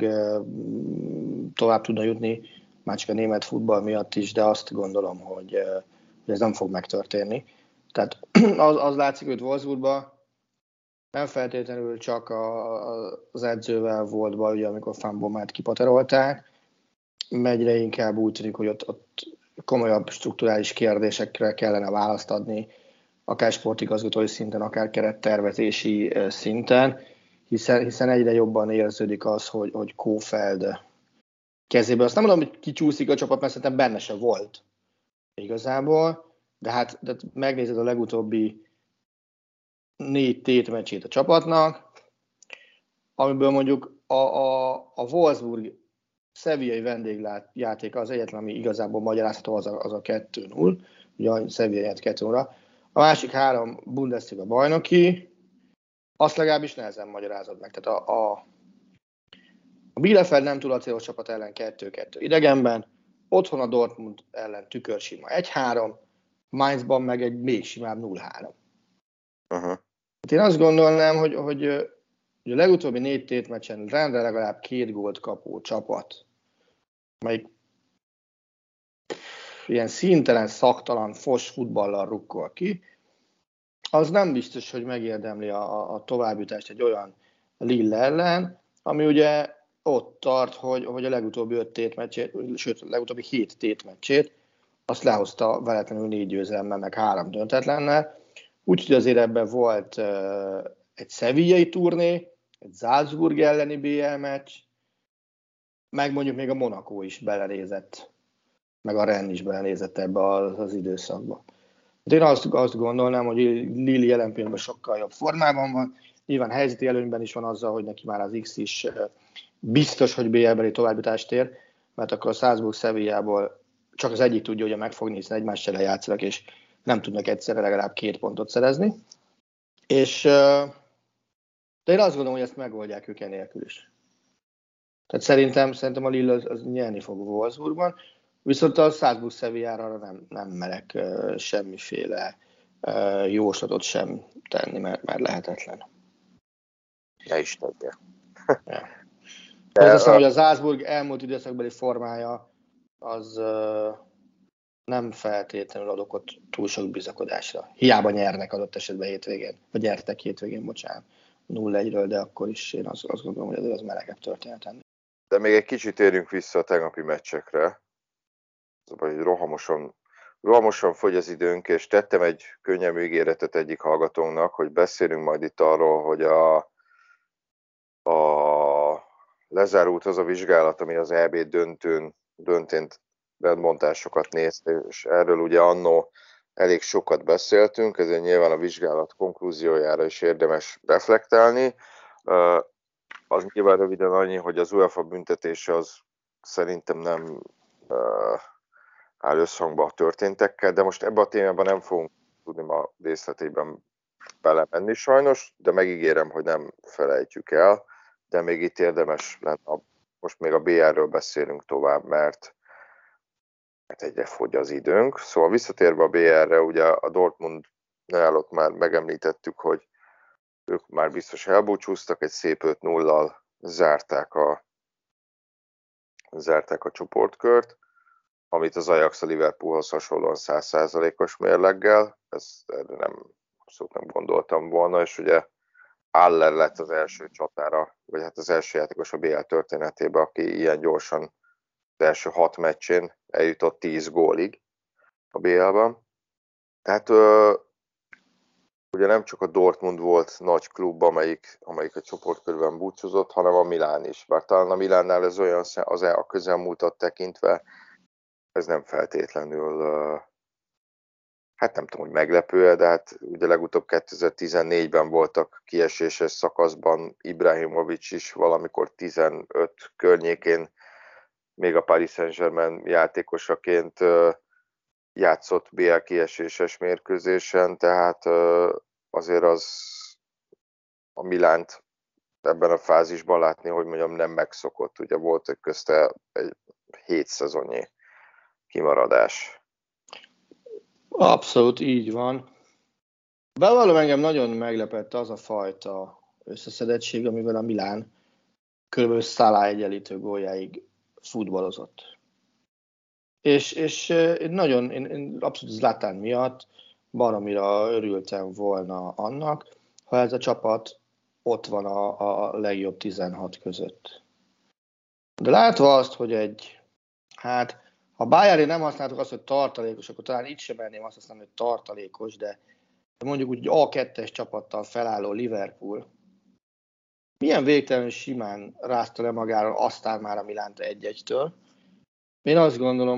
tovább tudna jutni, már csak a német futball miatt is, de azt gondolom, hogy ez nem fog megtörténni. Tehát az látszik, hogy Wolfsburgban nem feltétlenül csak az edzővel volt baj, ugye, amikor Van Bommelt kipaterolták, egyre inkább úgy tűnik, hogy ott komolyabb strukturális kérdésekre kellene választ adni, akár sportigazgatói szinten, akár kerettervezési szinten, hiszen egyre jobban érződik az, hogy Kofeld kezében. Azt nem mondom, hogy kicsúszik a csapat, mert szerintem benne se volt igazából, de hát megnézed a legutóbbi 4 tétmeccsét a csapatnak, amiből mondjuk a Wolfsburg szevillai vendégjáték az egyetlen, ami igazából magyarázható, az a 2-0, ugye a Sevilla nyert 2-0-ra. A másik 3 Bundesliga bajnoki, azt legalábbis nehezen magyarázod meg. Tehát a Bielefeld nem túl acélos csapat ellen 2-2 idegenben, otthon a Dortmund ellen tükörsima 1-3, Mainzban meg egy még simább 0-3. Uh-huh. Én azt gondolnám, hogy a legutóbbi 4 tétmeccsen rendre legalább 2 gólt kapó csapat, amelyik ilyen színtelen, szaktalan, fos futballal rukkol ki, az nem biztos, hogy megérdemli a továbbjutást egy olyan Lille ellen, ami ugye ott tart, hogy a legutóbbi 5 tétmeccsét, sőt, a legutóbbi 7 tétmeccsét, azt lehozta veletlenül 4 győzelemmel, meg 3 döntetlennel. Úgyhogy azért ebben volt egy szevillai turné, egy Salzburg elleni BL meccs, meg mondjuk még a Monaco is belenézett, meg a Rennes is belenézett ebbe az időszakba. De én azt gondolnám, hogy Lille jelen pillanatban sokkal jobb formában van. Nyilván helyzeti előnyben is van azzal, hogy neki már az X is biztos, hogy BL-beli továbbjutást ér, mert akkor a Salzburg Sevillából csak az egyik tudja ugye megfogni, hiszen egymást ellen játszanak, és nem tudnak egyszerre legalább 2 pontot szerezni. De én azt gondolom, hogy ezt megoldják ők enélkül is. Tehát szerintem a Lille az nyerni fog Wolfsburgban, viszont a Salzburg Sevillára nem merek semmiféle jóslatot sem tenni, mert lehetetlen. Ne is tegye. Hozzáteszem, hogy a Salzburg elmúlt időszakbeli formája az nem feltétlenül ad okot túl sok bizakodásra. Hiába nyernek adott esetben hétvégén, vagy nyertek hétvégén, bocsánat, 0-1-ről, de akkor is én azt gondolom, hogy az melegebb történet ennél. De még egy kicsit érjünk vissza a tegnapi meccsekre. Szóval, hogy rohamosan fogy az időnk, és tettem egy könnyebb ígéretet egyik hallgatónknak, hogy beszélünk majd itt arról, hogy a lezárult az a vizsgálat, ami az EB döntén rendbontásokat néz, és erről ugye annó elég sokat beszéltünk, ezért nyilván a vizsgálat konklúziójára is érdemes reflektálni. Az nyilván röviden annyi, hogy az UEFA büntetése az szerintem nem áll összhangba a történtekkel, de most ebben a témában nem fogunk tudni ma részletében belemenni sajnos, de megígérem, hogy nem felejtjük el, de még itt érdemes lenne, most még a BR-ről beszélünk tovább, mert hát egyre fogy az időnk. Szóval visszatérve a BL-re, ugye a Dortmundnál ott már megemlítettük, hogy ők már biztos elbúcsúztak, egy szép 5-0-al zárták a csoportkört, amit az Ajax a Liverpoolhoz hasonlóan 100%-os mérleggel, ezt abszolút nem gondoltam volna, és ugye Haller lett az első csatára, vagy hát az első játékos a BL történetében, aki ilyen gyorsan az első 6 meccsén eljutott 10 gólig a BL-ben. Tehát ugye nem csak a Dortmund volt nagy klub, amelyik a csoportkörben búcsúzott, hanem a Milán is. Bár talán a Milánnál ez olyan, a közelmúltat tekintve, ez nem feltétlenül, hát nem tudom, hogy meglepő, de hát ugye legutóbb 2014-ben voltak kieséses szakaszban, Ibrahimovic is valamikor 15 környékén, még a Paris Saint-Germain játékosaként játszott BL kieséses mérkőzésen, tehát azért az a Milánt ebben a fázisban látni, hogy mondjam, nem megszokott. Ugye volt közte egy 7 szezonnyi kimaradás. Abszolút így van. Bevallom, engem nagyon meglepett az a fajta összeszedettség, amivel a Milán kb. Salah egyenlítő góljáig futballozott. És én abszolút Zlatan miatt baromira örültem volna annak, ha ez a csapat ott van a legjobb 16 között. De látva azt, hogy ha Bayernnél nem használtuk azt, hogy tartalékos, akkor talán itt sem merném azt használni, hogy tartalékos, de mondjuk úgy A2-es csapattal felálló Liverpool milyen végtelenül simán rázta le magáról aztán már a Milánt 1-1-től. Én azt gondolom,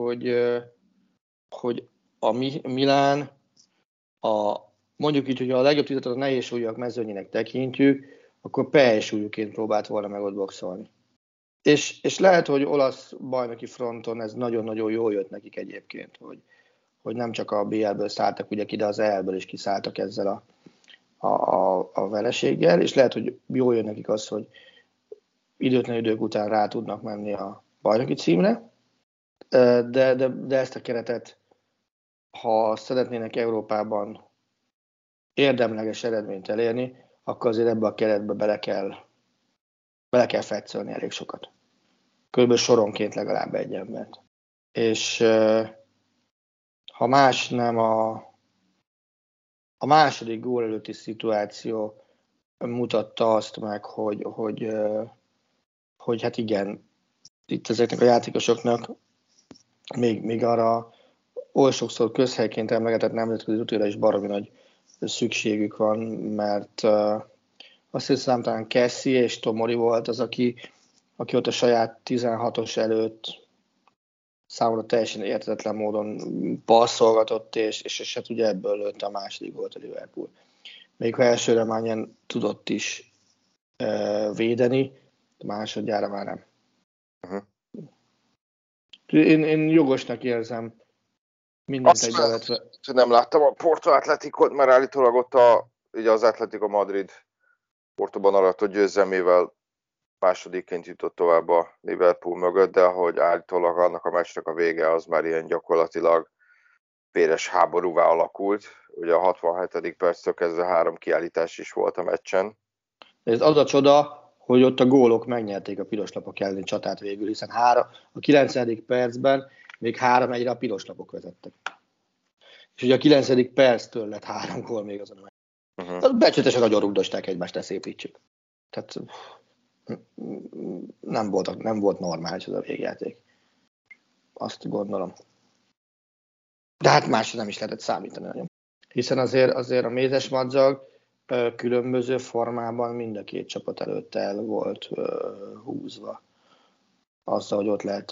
hogy a Milán, mondjuk így, hogy a legjobb 10 a nehéz súlyúak mezőnyének tekintjük, akkor pehely-súlyúként próbált volna meg ott boxolni. És lehet, hogy olasz bajnoki fronton ez nagyon-nagyon jól jött nekik egyébként, hogy nem csak a BL-ből szálltak ugye ki, de az EL-ből is kiszálltak ezzel a vereséggel, és lehet, hogy jól jön nekik az, hogy időtlen idők után rá tudnak menni a bajnoki címre, de ezt a keretet, ha szeretnének Európában érdemleges eredményt elérni, akkor azért ebbe a keretbe bele kell fetszölni elég sokat. Körülbelül soronként legalább egy embert. És ha más nem a második gól előtti szituáció mutatta azt meg, hogy hát igen, itt ezeknek a játékosoknak még arra oly sokszor közhelyként emlegetett nemzetközi útjára is baromi nagy szükségük van, mert azt hiszem talán Kessie és Tomori volt az, aki ott a saját 16-os előtt számomra teljesen érthetetlen módon passzolgatott, és hát ugye ebből lőtt a második gólt a Liverpool. Még ha elsőre már ilyen tudott is védeni, a másodjára már nem. Uh-huh. Én jogosnak érzem mindent egybevetve. Nem láttam a Porto Atleticot, mert állítólag ott ugye az Atletico Madrid Portóban aratott győzelmével másodikként jutott tovább a Liverpool mögött, de ahogy állítólag annak a meccsnek a vége az már ilyen gyakorlatilag véres háborúvá alakult. Ugye a 67. perctől kezdve 3 kiállítás is volt a meccsen. Ez az a csoda, hogy ott a gólok megnyerték a piroslapok elleni csatát végül, hiszen a 90. percben még 3-1-re a piroslapok vezettek. És ugye a 9. perctől lett 3 gól még azon a meccsen. Uh-huh. Becsületesen nagyon rugdosták egymást, ne szépítsük. Tehát nem volt normális ez a végjáték. Azt gondolom. De hát másra nem is lehetett számítani nagyon. Hiszen azért a mézes madzag különböző formában mind a két csapat előtt el volt húzva. Azzal, hogy ott lehet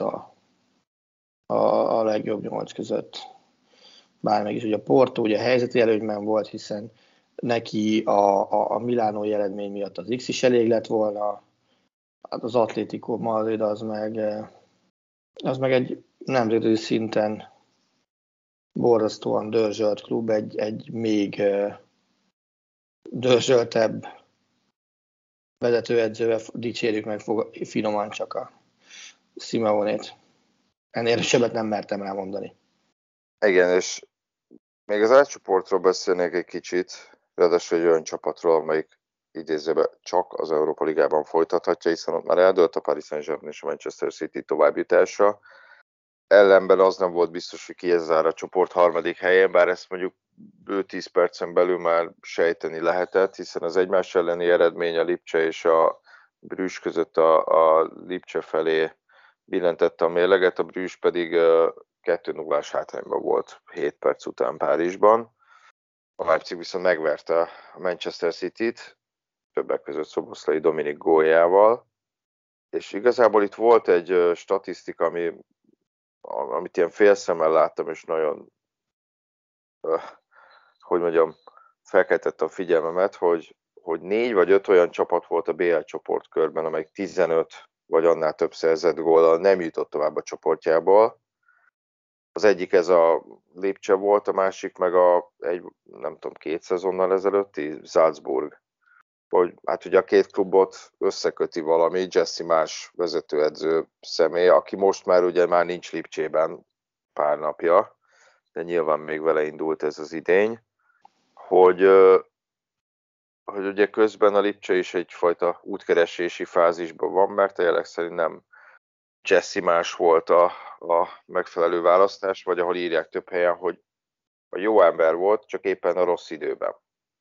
a legjobb 8 között. Bár meg is, hogy a Porto ugye helyzeti előnyben volt, hiszen neki a milánói eredmény miatt az X is elég lett volna, hát az Atlético Madrid az meg egy nemzetközi szinten borzasztóan dörzsölt klub, egy még dörzsöltebb vezetőedzővel dicsérjük meg finoman csak a Simeonét. Ennél sebbet nem mertem rá mondani. Igen, és még az átcsoportról beszélnék egy kicsit, ráadásul egy olyan csapatról, amelyik idézőben csak az Európa Ligában folytathatja, hiszen ott már eldőlt a Paris Saint-Germain és a Manchester City továbbjutása. Ellenben az nem volt biztos, hogy ki ez a csoport harmadik helyén, bár ezt mondjuk 5-10 percen belül már sejteni lehetett, hiszen az egymás elleni eredmény a Lipcse és a Brügge között a Lipcse felé billentette a mérleget, a Brügge pedig 2-0-ás hátrányban volt 7 perc után Párizsban. A Leipzig viszont megverte a Manchester Cityt, többek között Szoboszlai Dominik góljával, és igazából itt volt egy statisztika, amit ilyen félszemmel láttam, és nagyon, felkeltette a figyelmemet, hogy 4 vagy 5 olyan csapat volt a BL csoportkörben, amelyik 15 vagy annál több szerzett góllal nem jutott tovább a csoportjából. Az egyik ez a Lipcse volt, a másik meg nem tudom, 2 szezonnal ezelőtti Salzburg. Hogy hát ugye a két klubot összeköti valami, Jesse Marsch vezetőedző személy, aki most már nincs Lipcsében pár napja, de nyilván még vele indult ez az idény, hogy ugye közben a Lipcse is egyfajta útkeresési fázisban van, mert a jelek szerint nem Jesse Marsch volt a megfelelő választás, vagy ahol írják több helyen, hogy a jó ember volt, csak éppen a rossz időben.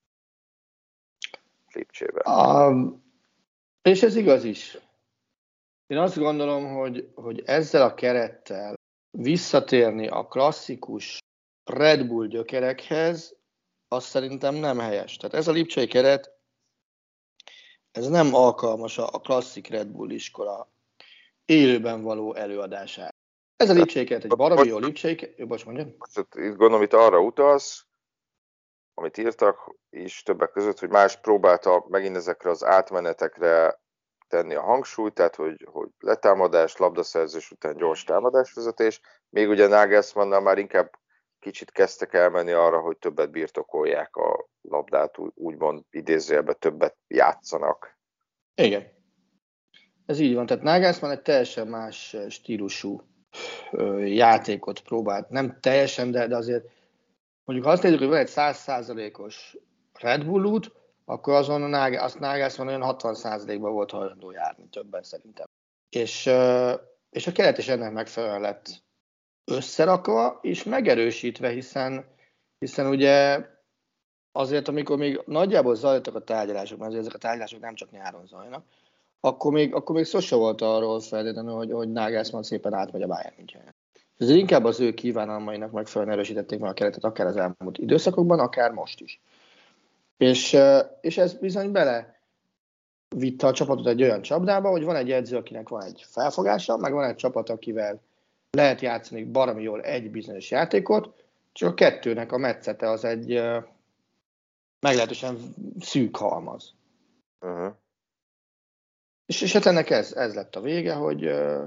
Lipcsében. És ez igaz is. Én azt gondolom, hogy ezzel a kerettel visszatérni a klasszikus Red Bull gyökerekhez, az szerintem nem helyes. Tehát ez a lipcsei keret, ez nem alkalmas a klasszik Red Bull iskola élőben való előadására. Ez a lipcsei keret egy baromi jó lipcsei keret. Bocs, mondjam. Itt gondolom, itt arra utalsz, amit írtak is többek között, hogy más próbálta megint ezekre az átmenetekre tenni a hangsúlyt, tehát hogy letámadás, labdaszerzés után gyors támadásvezetés, még ugye Nagelsmannnal már inkább kicsit kezdtek elmenni arra, hogy többet birtokolják a labdát, úgymond idézőjelben többet játszanak. Igen. Ez így van, tehát Nagelsmann egy teljesen más stílusú játékot próbált. Nem teljesen, de azért mondjuk ha azt nézzük, hogy van egy 100%-os Red Bull út, akkor azon azt Nagelsmann olyan 60%-ban volt hajlandó járni, többen szerintem. És a keret is ennek megfelelően lett összerakva, és megerősítve, hiszen ugye azért, amikor még nagyjából zajlottak a tárgyalások, mert azért ezek a tárgyalások nem csak nyáron zajlanak, akkor még szó se volt arról feltétlenül, hogy Nagelsmann szépen átmegy a Bayern München. Ez inkább az ő kívánalmainak megfelelően erősítették meg a keretet, akár az elmúlt időszakokban, akár most is. És ez bizony bele vitte a csapatot egy olyan csapdába, hogy van egy edző, akinek van egy felfogása, meg van egy csapat, akivel lehet játszani baromi jól egy bizonyos játékot, csak a kettőnek a metszete az egy meglehetősen szűk halmaz. Uh-huh. És hát ennek ez lett a vége, hogy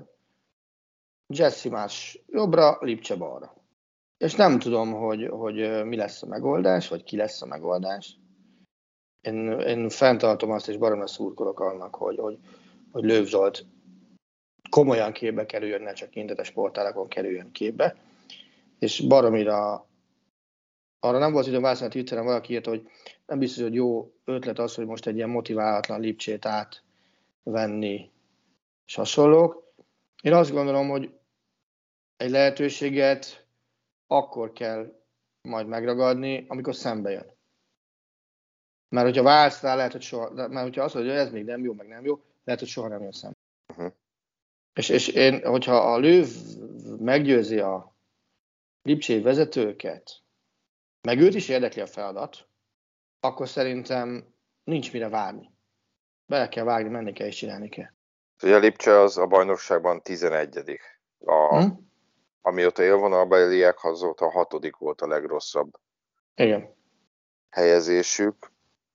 Jesse Marsch jobbra, Lipcse balra. És nem tudom, hogy mi lesz a megoldás, vagy ki lesz a megoldás. Én fenntartom azt, és baromra szurkolok annak, hogy Löw Zsolt komolyan képbe kerüljön, ne csak internetes portálokon kerüljön képbe. És baromira arra nem volt időm válaszolni a Twitteren, valaki írta, hogy nem biztos, hogy jó ötlet az, hogy most egy ilyen motiválatlan Lipcsét átvenni és hasonlók. Én azt gondolom, hogy egy lehetőséget akkor kell majd megragadni, amikor szembe jön. Mert hogyha vársz rá, lehet, hogy soha, mert hogyha azt mondja, hogy ez még nem jó, meg nem jó, lehet, hogy soha nem jön szembe. Uh-huh. És én, hogyha a Löw meggyőzi a lipcsei vezetőket, meg őt is érdekli a feladat, akkor szerintem nincs mire várni. Bele kell vágni, menni kell és csinálni kell. Ugye a Lipcse az a bajnokságban 11. Amióta élvonalbeliek, azóta a 6. volt a legrosszabb Igen. helyezésük.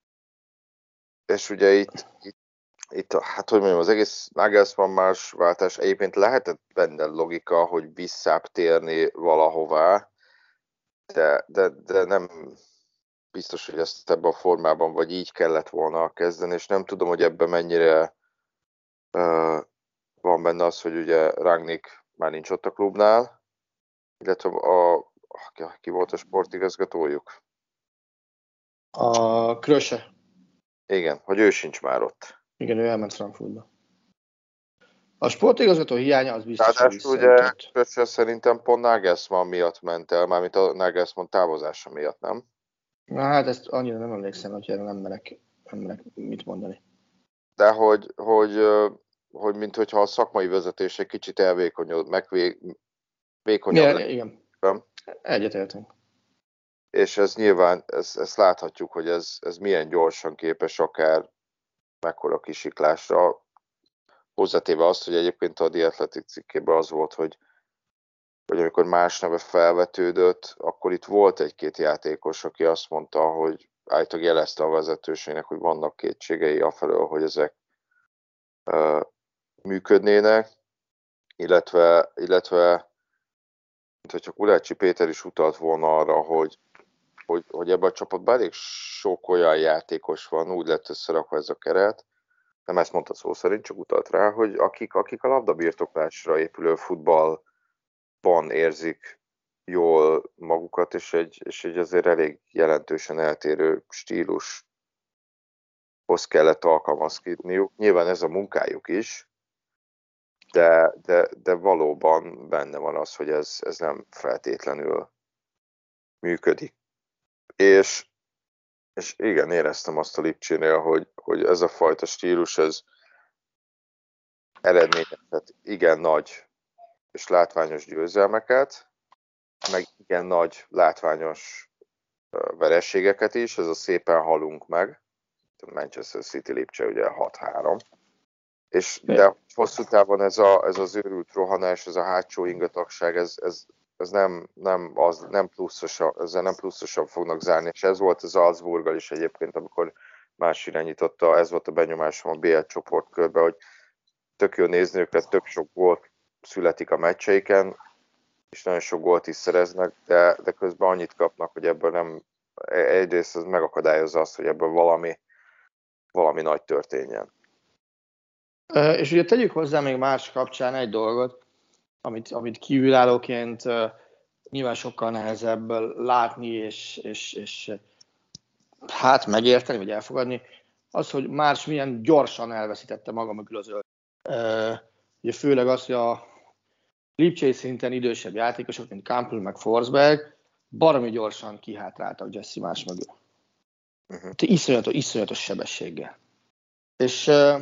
És ugye itt hát hogy mondjam, az egész Nagelsmann más váltás, egyébként lehetett benne logika, hogy visszább térni valahová, de nem biztos, hogy ezt ebben a formában, vagy így kellett volna kezdeni, és nem tudom, hogy ebben mennyire van benne az, hogy ugye Rangnick már nincs ott a klubnál, illetve ki volt a sportigazgatójuk? A Kröse. Igen, hogy ő sincs már ott. Igen, ő elment Frankfurtba. A sportigazgató hiánya az biztos, hogy Ráadásul ugye visszajutott. Kröse szerintem pont Nagelsmann miatt ment el, mármint a Nagelsmann távozása miatt, nem? Na hát ezt annyira nem emlékszem, hogy erre nem merek mit mondani. De hogy minthogyha a szakmai vezetés egy kicsit elvékonyod, vékonyabb Igen, lett. egyetértünk. És ez nyilván, ezt láthatjuk, hogy ez milyen gyorsan képes akár mekkora kisiklásra. Hozzátéve azt, hogy egyébként a The Athletic cikkében az volt, hogy amikor más neve felvetődött, akkor itt volt egy-két játékos, aki azt mondta, hogy állítólag jelezte a vezetőségnek, hogy vannak kétségei afelől, hogy ezek működnének, illetve mint hogyha Kulácsi Péter is utalt volna arra, hogy ebben a csapatban elég sok olyan játékos van, úgy lett összerakva ez a keret, nem ezt mondta szó szerint, csak utalt rá, hogy akik a labdabirtoklásra épülő futballban érzik jól magukat, és egy azért elég jelentősen eltérő stílushoz kellett alkalmazkodniuk. Nyilván ez a munkájuk is, de valóban benne van az, hogy ez nem feltétlenül működik. És igen, éreztem azt a Lipcsénél, hogy ez a fajta stílus, ez eredményezhet igen nagy és látványos győzelmeket, meg igen nagy látványos vereségeket is, ez a szépen halunk meg. A Manchester City Lipcse ugye 6-3. De hosszú távon ez az őrült rohanás, ez a hátsó ingatagság, ez nem pluszosan fognak zárni, és ez volt az Salzburggal is egyébként, amikor más irányította, ez volt a benyomásom a BL csoportkörben, hogy tök jó nézni őket, tök sok gólt születik a meccseiken, és nagyon sok gólt is szereznek, de közben annyit kapnak, hogy ebből nem, egyrészt ez megakadályozza azt, hogy ebből valami nagy történjen. És ugye tegyük hozzá még más kapcsán egy dolgot, amit kívülállóként nyilván sokkal nehezebb látni és hát megérteni, vagy elfogadni, az, hogy Márs milyen gyorsan elveszítette maga mögül az ugye főleg az, hogy a Lipcsei szinten idősebb játékosok, mint Kampl meg Forsberg, baromi gyorsan kihátráltak Jesse Marsch mögül. Iszonyatos sebességgel. És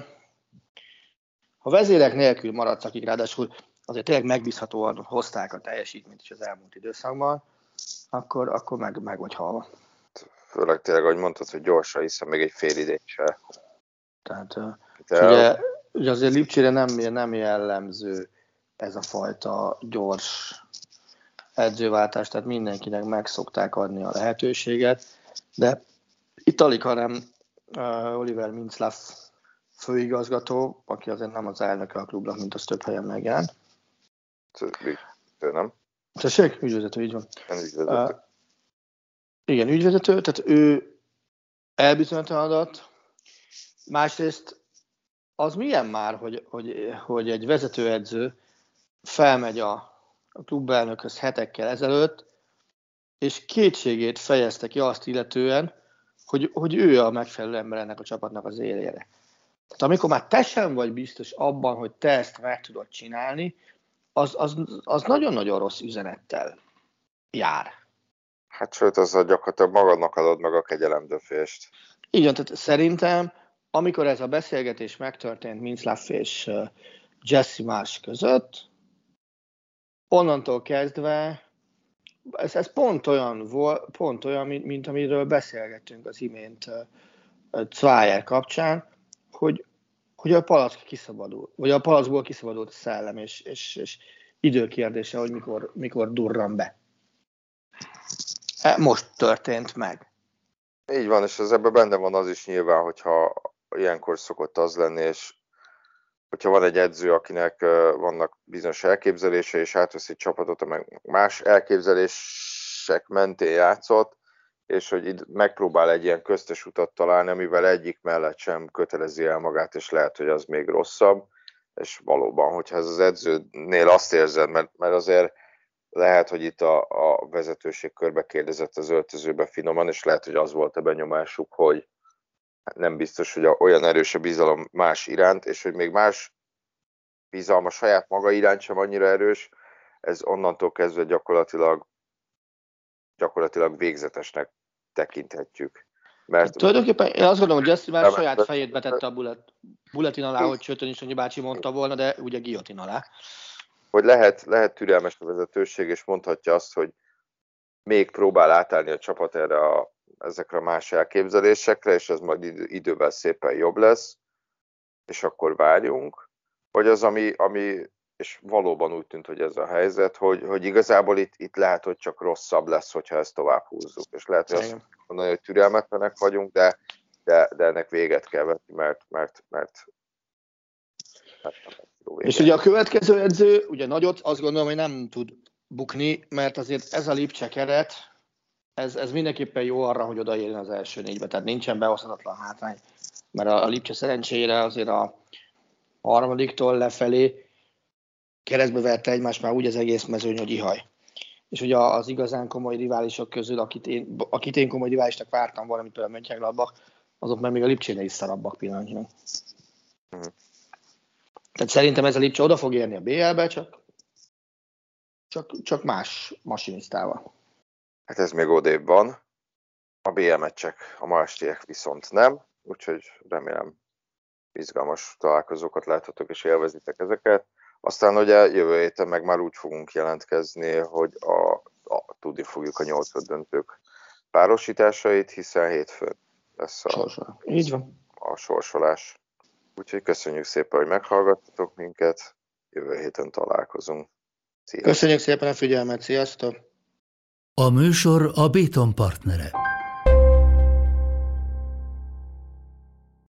ha vezérek nélkül maradsz, akik ráadásul azért tényleg megbízhatóan hozták a teljesítményt is az elmúlt időszakban, akkor meg vagy halva. Főleg tényleg, ahogy mondtad, hogy gyorsan, hiszen még egy fél idő se. Tehát ugye azért Lipcsére nem jellemző ez a fajta gyors edzőváltás, tehát mindenkinek meg szokták adni a lehetőséget, de itt alig, hanem Oliver Mintzlaff főigazgató, aki azért nem az elnöke a klubnak, mint az több helyen megjelent. Ügyvezető, nem? Tessék? Ügyvezető, így van. Ügyvezető. Igen, ügyvezető, tehát ő elbizonytalanodott. Másrészt az milyen már, hogy egy vezetőedző felmegy a klubelnökhöz hetekkel ezelőtt, és kétségét fejezte ki azt illetően, hogy ő a megfelelő ember ennek a csapatnak az élére. Tehát amikor már te sem vagy biztos abban, hogy te ezt meg tudod csinálni, az nagyon-nagyon rossz üzenettel jár. Hát sőt, azzal gyakorlatilag magadnak adod meg a kegyelemdöfést. Igen, tehát szerintem, amikor ez a beszélgetés megtörtént Mintzlaff és Jesse Marsch között, onnantól kezdve ez pont olyan, mint amiről beszélgettünk az imént Zweier kapcsán, hogy a palack kiszabadul, vagy a palackból kiszabadult a szellem, és időkérdése, hogy mikor durran be. Most történt meg. Így van, és ebben benne van az is nyilván, hogyha ilyenkor szokott az lenni, és hogyha van egy edző, akinek vannak bizonyos elképzelései, és átveszi egy csapatot, amely más elképzelések mentén játszott, és hogy itt megpróbál egy ilyen köztes utat találni, amivel egyik mellett sem kötelezi el magát, és lehet, hogy az még rosszabb. és valóban, hogyha ez az edzőnél azt érzed, mert azért lehet, hogy itt a vezetőség körbe kérdezett az öltözőbe finoman, és lehet, hogy az volt a benyomásuk, hogy nem biztos, hogy olyan erős a bizalom más iránt, és hogy még más bizalma saját maga iránt sem annyira erős, ez onnantól kezdve gyakorlatilag végzetesnek tekinthetjük. Mert tulajdonképpen én azt gondolom, hogy Jesse már saját fejét betette a bulletin alá, hogy Csötön is, hogy bácsi mondta volna, de ugye guillotine alá. Hogy lehet türelmes a vezetőség, és mondhatja azt, hogy még próbál átállni a csapat ezekre a más elképzelésekre, és ez majd idővel szépen jobb lesz, és akkor várjunk. Vagy az, ami és valóban úgy tűnt, hogy ez a helyzet, hogy igazából itt lehet, hogy csak rosszabb lesz, hogyha ezt tovább húzzuk. És lehet, hogy azt mondani, hogy türelmetlenek vagyunk, de ennek véget kell vetni, mert és ugye a következő edző, ugye nagyot, azt gondolom, hogy nem tud bukni, mert azért ez a Lipcse keret, ez mindenképpen jó arra, hogy odaérjen az első négybe, tehát nincsen behozhatatlan hátrány, mert a Lipcse szerencsére azért a harmadiktól lefelé keresztbe verte egymást már úgy az egész mezőny, hogy ihaj. És ugye az igazán komoly riválisok közül, akit én komoly riválisnak vártam volna, mint például Mönchengladbach, azok meg még a Lipcsénél is szarabbak pillanatnyilag. Tehát szerintem ez a Lipcse oda fog érni a BL-be, csak más masinisztával. Hát ez még odébb van. A BL meccsek, a ma estiek viszont nem, úgyhogy remélem izgalmas találkozókat láthatok és élvezitek ezeket. Aztán ugye jövő héten meg már úgy fogunk jelentkezni, hogy tudni fogjuk a 8. döntők párosításait, hiszen hétfőn lesz így van. A sorsolás. Úgyhogy köszönjük szépen, hogy meghallgattatok minket, jövő héten találkozunk. Szia. Köszönjük szépen a figyelmet, sziasztok! A műsor a Béton partnere.